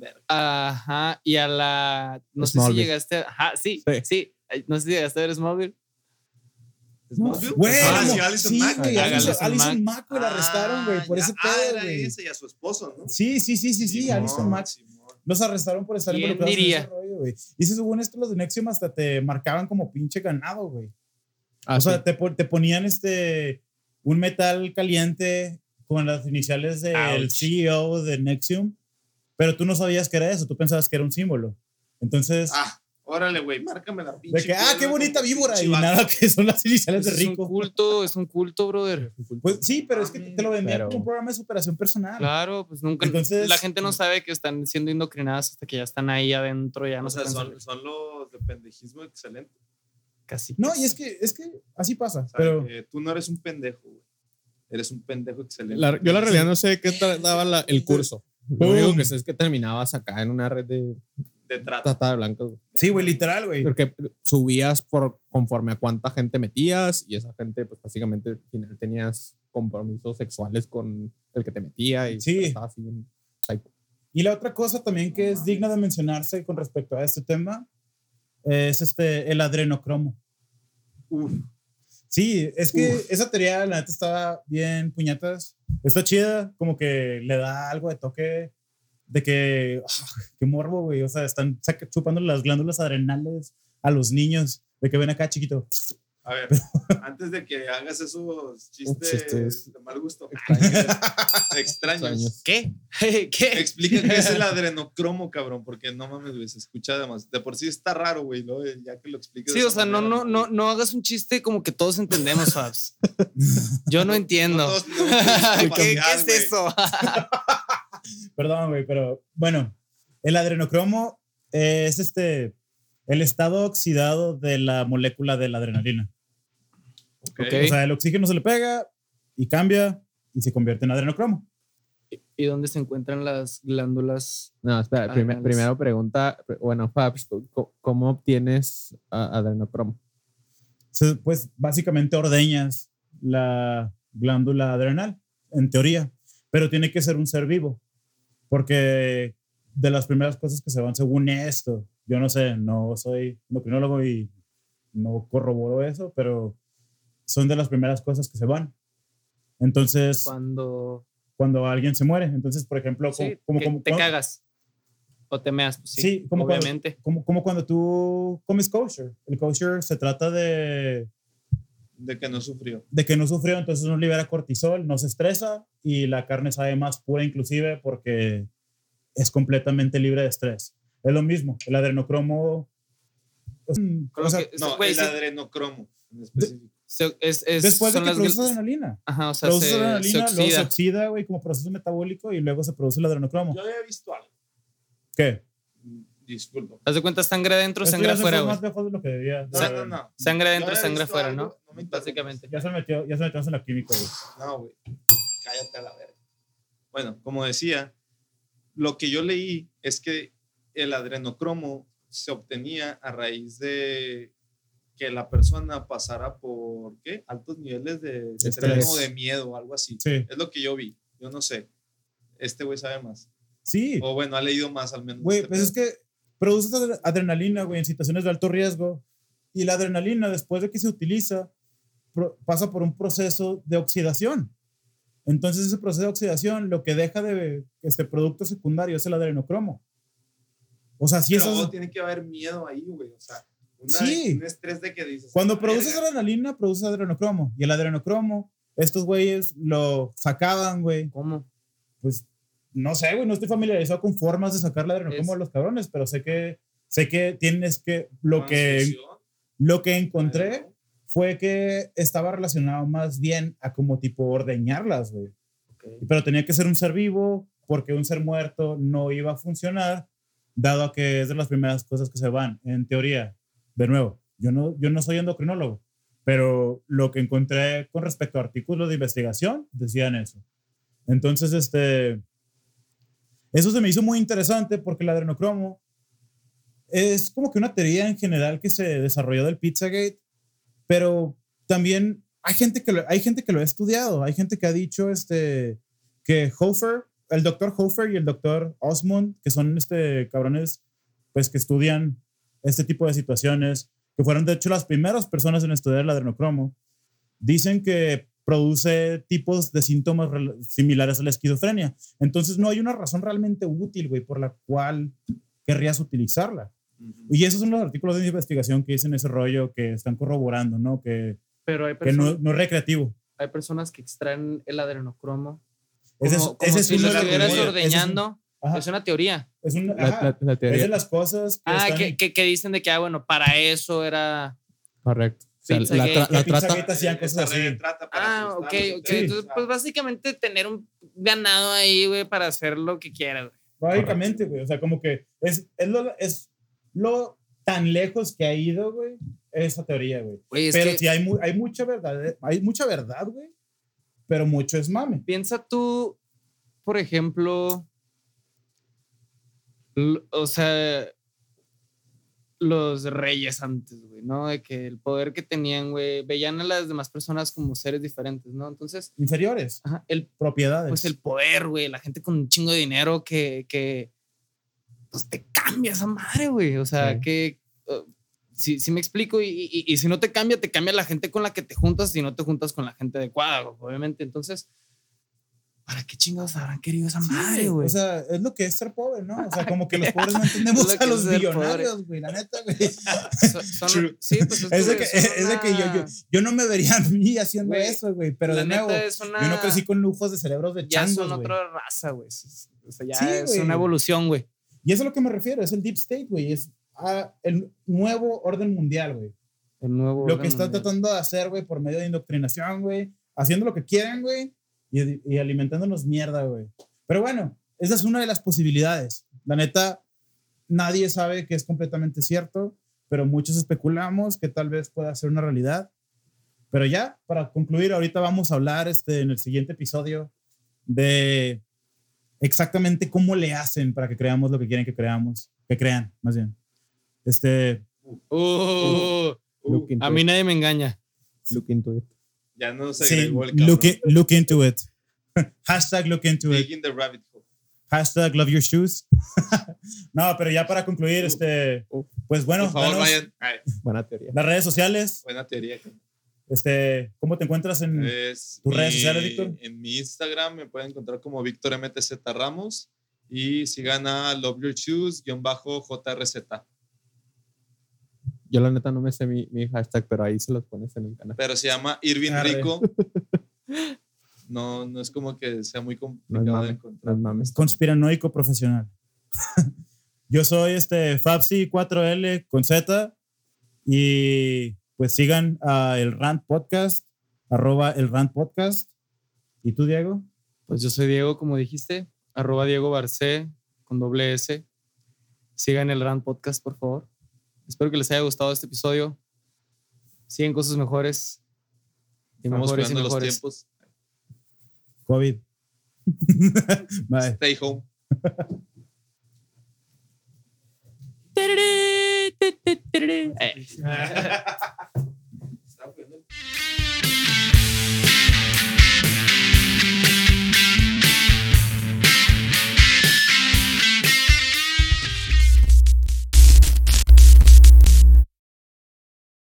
Ajá, y a la. No sé si Smallville. llegaste. a- Ajá, sí, Sí. sí. No sé si llegaste a ver Smallville. ¿Smallville? Güey, Ah, la sí, mo- Alison sí, Mack. güey, Ah, Alison, Alison Alison Mack. Mack, güey, la arrestaron, güey, por Ah, ese ya. pedo, Ah, era güey. ese y a su esposo, ¿no? Sí, sí, sí, sí, sí, Simón, Alison Mack. Simón. Los arrestaron por estar ¿Quién involucrados diría? en ese rollo, güey. Y si según esto, los de Nexium hasta te marcaban como pinche ganado, güey. Ah, o sea, sí. te, pon- te ponían este un metal caliente con las iniciales del Ouch. C E O de Nexium, pero tú no sabías que era eso, tú pensabas que era un símbolo. Entonces, Ah, órale, güey, márcame la pinche. de que, ah, piedra, qué bonita como víbora, y pinche vaca. nada, que son las iniciales Pues de es un Rico. culto, es un culto, brother. Pues sí, pero es que te lo vendían Pero- como un programa de superación personal. Claro, pues nunca. Entonces- la gente no sabe que están siendo indoctrinadas hasta que ya están ahí adentro, ya no O sea, saben son, salir. son los de pendejismo excelente. Casi. No, y es que, es que así pasa, O sea, pero que tú no eres un pendejo, güey. Eres un pendejo excelente. La- yo la realidad no sé qué tra- daba la- el curso. Lo Boom. único que sé es que terminabas acá en una red de De trato. trata de blancas. güey. sí, güey, literal, güey. Porque subías por conforme a cuánta gente metías y esa gente, pues básicamente al final tenías compromisos sexuales con el que te metía y Sí. estaba así en psycho. Y la otra cosa también que es digna de mencionarse con respecto a este tema es este, el adrenocromo. Uf. Sí, es que esa teoría, la neta, estaba bien puñetas. Está chida, como que le da algo de toque de que, ah, qué morbo, güey. O sea, están saca- chupando las glándulas adrenales a los niños, de que ven acá chiquito. A ver, antes de que hagas esos chistes, Chistes. de mal gusto, Extraños. extraños, Extraños. ¿Qué? ¿Qué? explica qué es el adrenocromo, cabrón, porque no mames, güey, se escucha además. De por sí está raro, güey, ¿no? Ya que lo expliques. Sí, de o esa sea, no, manera, no, no, no hagas un chiste como que todos entendemos, Fabs. Yo no entiendo. No todos tenemos esa ¿Qué, capacidad, qué es güey. eso? Perdón, güey, pero bueno, el adrenocromo es este, el estado oxidado de la molécula de la adrenalina. Ok. Ok. O sea, el oxígeno se le pega y cambia y se convierte en adrenocromo. ¿Y dónde se encuentran las glándulas? No, espera, Ah, primer- no, primero pregunta, bueno, Fabs, ¿cómo- ¿cómo obtienes a- adrenocromo? Se- pues básicamente ordeñas la glándula adrenal, en teoría, pero tiene que ser un ser vivo, porque de las primeras cosas que se van, según esto, yo no sé, no soy endocrinólogo y no corroboro eso, pero son de las primeras cosas que se van. Entonces, Cuando cuando alguien se muere, entonces, por ejemplo, sí, como, que como, te como- cagas o te meas, pues sí, Sí, como cuando- obviamente. como, como cuando tú comes kosher. El kosher se trata de De que no sufrió. de que no sufrió, entonces no libera cortisol, no se estresa y la carne sabe más pura inclusive porque es completamente libre de estrés. Es lo mismo, el adrenocromo... es un- Creo o sea, que- No, güey, el sí, adrenocromo en específico. se- es, es- después de son que las produces gl- adrenalina. Ajá, o sea, Produces se, se adrenalina, luego se oxida. oxida, güey, como proceso metabólico y luego se produce el adrenocromo. Yo había visto algo. ¿Qué? Disculpa. Haz de cuenta, sangre adentro, Esto sangre ya se afuera, fue güey. más lejos de lo que debía. No, no, no. Sangre adentro, Yo había sangre visto afuera, algo, ¿no? No me interrumpas. Básicamente. Ya se metió, ya se metió en la química, güey. No, güey. Cállate a la verga. Bueno, como decía, lo que yo leí es que el adrenocromo se obtenía a raíz de que la persona pasara por, ¿qué? Altos niveles de Estrés. estrés o de miedo o algo así. Sí. Es lo que yo vi. Yo no sé. Este güey sabe más. Sí. O bueno, ha leído más al menos. Güey, este pues es pedo. que produces adre- adrenalina, güey, en situaciones de alto riesgo. Y la adrenalina, después de que se utiliza, pro- pasa por un proceso de oxidación. Entonces, ese proceso de oxidación, lo que deja de este producto secundario es el adrenocromo. O sea, si Pero eso es- tiene que haber miedo ahí, güey. O sea, una, Sí. un estrés de que dices. Cuando "Verga". produces adrenalina, produces adrenocromo. Y el adrenocromo, estos güeyes lo sacaban, güey. ¿Cómo? Pues no sé, güey, no estoy familiarizado con formas de sacar la adrenocromo Es- a los cabrones, pero sé que sé que tienes que lo que Transfusión, lo que encontré adrenocromo. fue que estaba relacionado más bien a como tipo ordeñarlas, güey. Ok. Pero tenía que ser un ser vivo porque un ser muerto no iba a funcionar, dado a que es de las primeras cosas que se van, en teoría. De nuevo, yo no, yo no soy endocrinólogo, pero lo que encontré con respecto a artículos de investigación decían eso. Entonces, este, eso se me hizo muy interesante porque el adrenocromo es como que una teoría en general que se desarrolló del Pizzagate, pero también hay gente que lo, hay gente que lo ha estudiado, hay gente que ha dicho este, que Hofer, el doctor Hofer y el doctor Osmond, que son este, cabrones pues, que estudian este tipo de situaciones, que fueron de hecho las primeras personas en estudiar el adrenocromo, dicen que produce tipos de síntomas rel- similares a la esquizofrenia. Entonces no hay una razón realmente útil, güey, por la cual querrías utilizarla. Ujú. Y esos son los artículos de investigación que dicen ese rollo que están corroborando, ¿no? Que, Pero hay que personas, no, no es recreativo. hay personas que extraen el adrenocromo Ese es, como, como ese es si uno lo de los estuvieras rumores. Ese es un- ordeñando. ajá, Es una teoría. es un- La, ajá, la- la es teoría. de las cosas que Ah, están... que, que, que dicen de que, ah, bueno, para eso era... Correcto. O sea, Pizzagate. la, tra- la Que trata. Pizzagate hacían cosas Esa red de así. trata para Ah, ok, asustarlos y ok. todo, Entonces, o sea, pues básicamente tener un ganado ahí, güey, para hacer lo que quieras, güey. Básicamente, güey. O sea, como que es, es, lo, es lo tan lejos que ha ido, güey, esa teoría, güey. Güey, es Pero que sí hay, mu- hay mucha verdad, hay mucha verdad, güey. Pero mucho es mame. piensa tú, por ejemplo, l- o sea, los reyes antes, güey, ¿no? De que el poder que tenían, güey, veían a las demás personas como seres diferentes, ¿no? Entonces, Inferiores, ajá, el, propiedades. pues el poder, güey, la gente con un chingo de dinero que, que pues te cambia esa madre, güey. O sea, Sí. que uh, si, si me explico, y, y, y si no te cambia, te cambia la gente con la que te juntas si no te juntas con la gente adecuada, güey, obviamente. Entonces, ¿para qué chingados habrán querido esa Sí, madre, güey? O sea, es lo que es ser pobre, ¿no? O sea, como que los pobres no entendemos Es lo que a los es ser billonarios, güey, la neta, güey. So- son- True. sí, pues es, Es de que que, son es de que yo, yo, una- yo no me vería a mí haciendo Güey, eso, güey. Pero la de nuevo, neta es una- yo no crecí con lujos de cerebros de ya changos, son güey. otra raza, güey. Es- O sea, ya Sí, es güey. una evolución, güey. Y eso es a lo que me refiero, es el deep state, güey. Es ah, el nuevo orden mundial, güey. El nuevo Lo orden que están mundial. tratando de hacer, güey, por medio de indoctrinación, güey. Haciendo lo que quieren, güey. Y, y alimentándonos mierda, güey. Pero bueno, esa es una de las posibilidades. La neta, nadie sabe que es completamente cierto, pero muchos especulamos que tal vez pueda ser una realidad. Pero ya, para concluir, ahorita vamos a hablar este, en el siguiente episodio de exactamente cómo le hacen para que creamos lo que quieren que creamos, que crean, más bien. Este, Uh, Look into a mí it. nadie me engaña. Look into it. Ya no se sí, agregó el cabrón. look, in- look into it. Hashtag look into it. Dig in the rabbit hole. Hashtag love your shoes. No, pero ya para concluir, este, uh. pues bueno, Por favor, danos vayan. Ay, Buena teoría. las redes sociales. buena teoría. Este, ¿cómo te encuentras en Es ¿Tus mi- redes sociales, Víctor? En mi Instagram me pueden encontrar como Víctor M T Z Ramos y sigan a Love Your Shoes bajo J R Z. Yo la neta no me sé mi, mi hashtag, pero ahí se los pones en el canal. Pero se llama Irving Arre. Rico. No, no es como que sea muy No es complicado de mame, no encontrar. es mames. conspiranoico profesional? Yo soy este Fabsi cuatro L con Z y pues sigan a el Rant Podcast, arroba el Rant Podcast. ¿Y tú, Diego? Pues yo soy Diego, como dijiste, arroba Diego Barcé con doble S. Sigan el Rant Podcast, por favor. Espero que les haya gustado este episodio. Siguen cosas mejores. Y Estamos mejores y cuidando los mejores. tiempos. COVID. Bye. Stay home. Eh.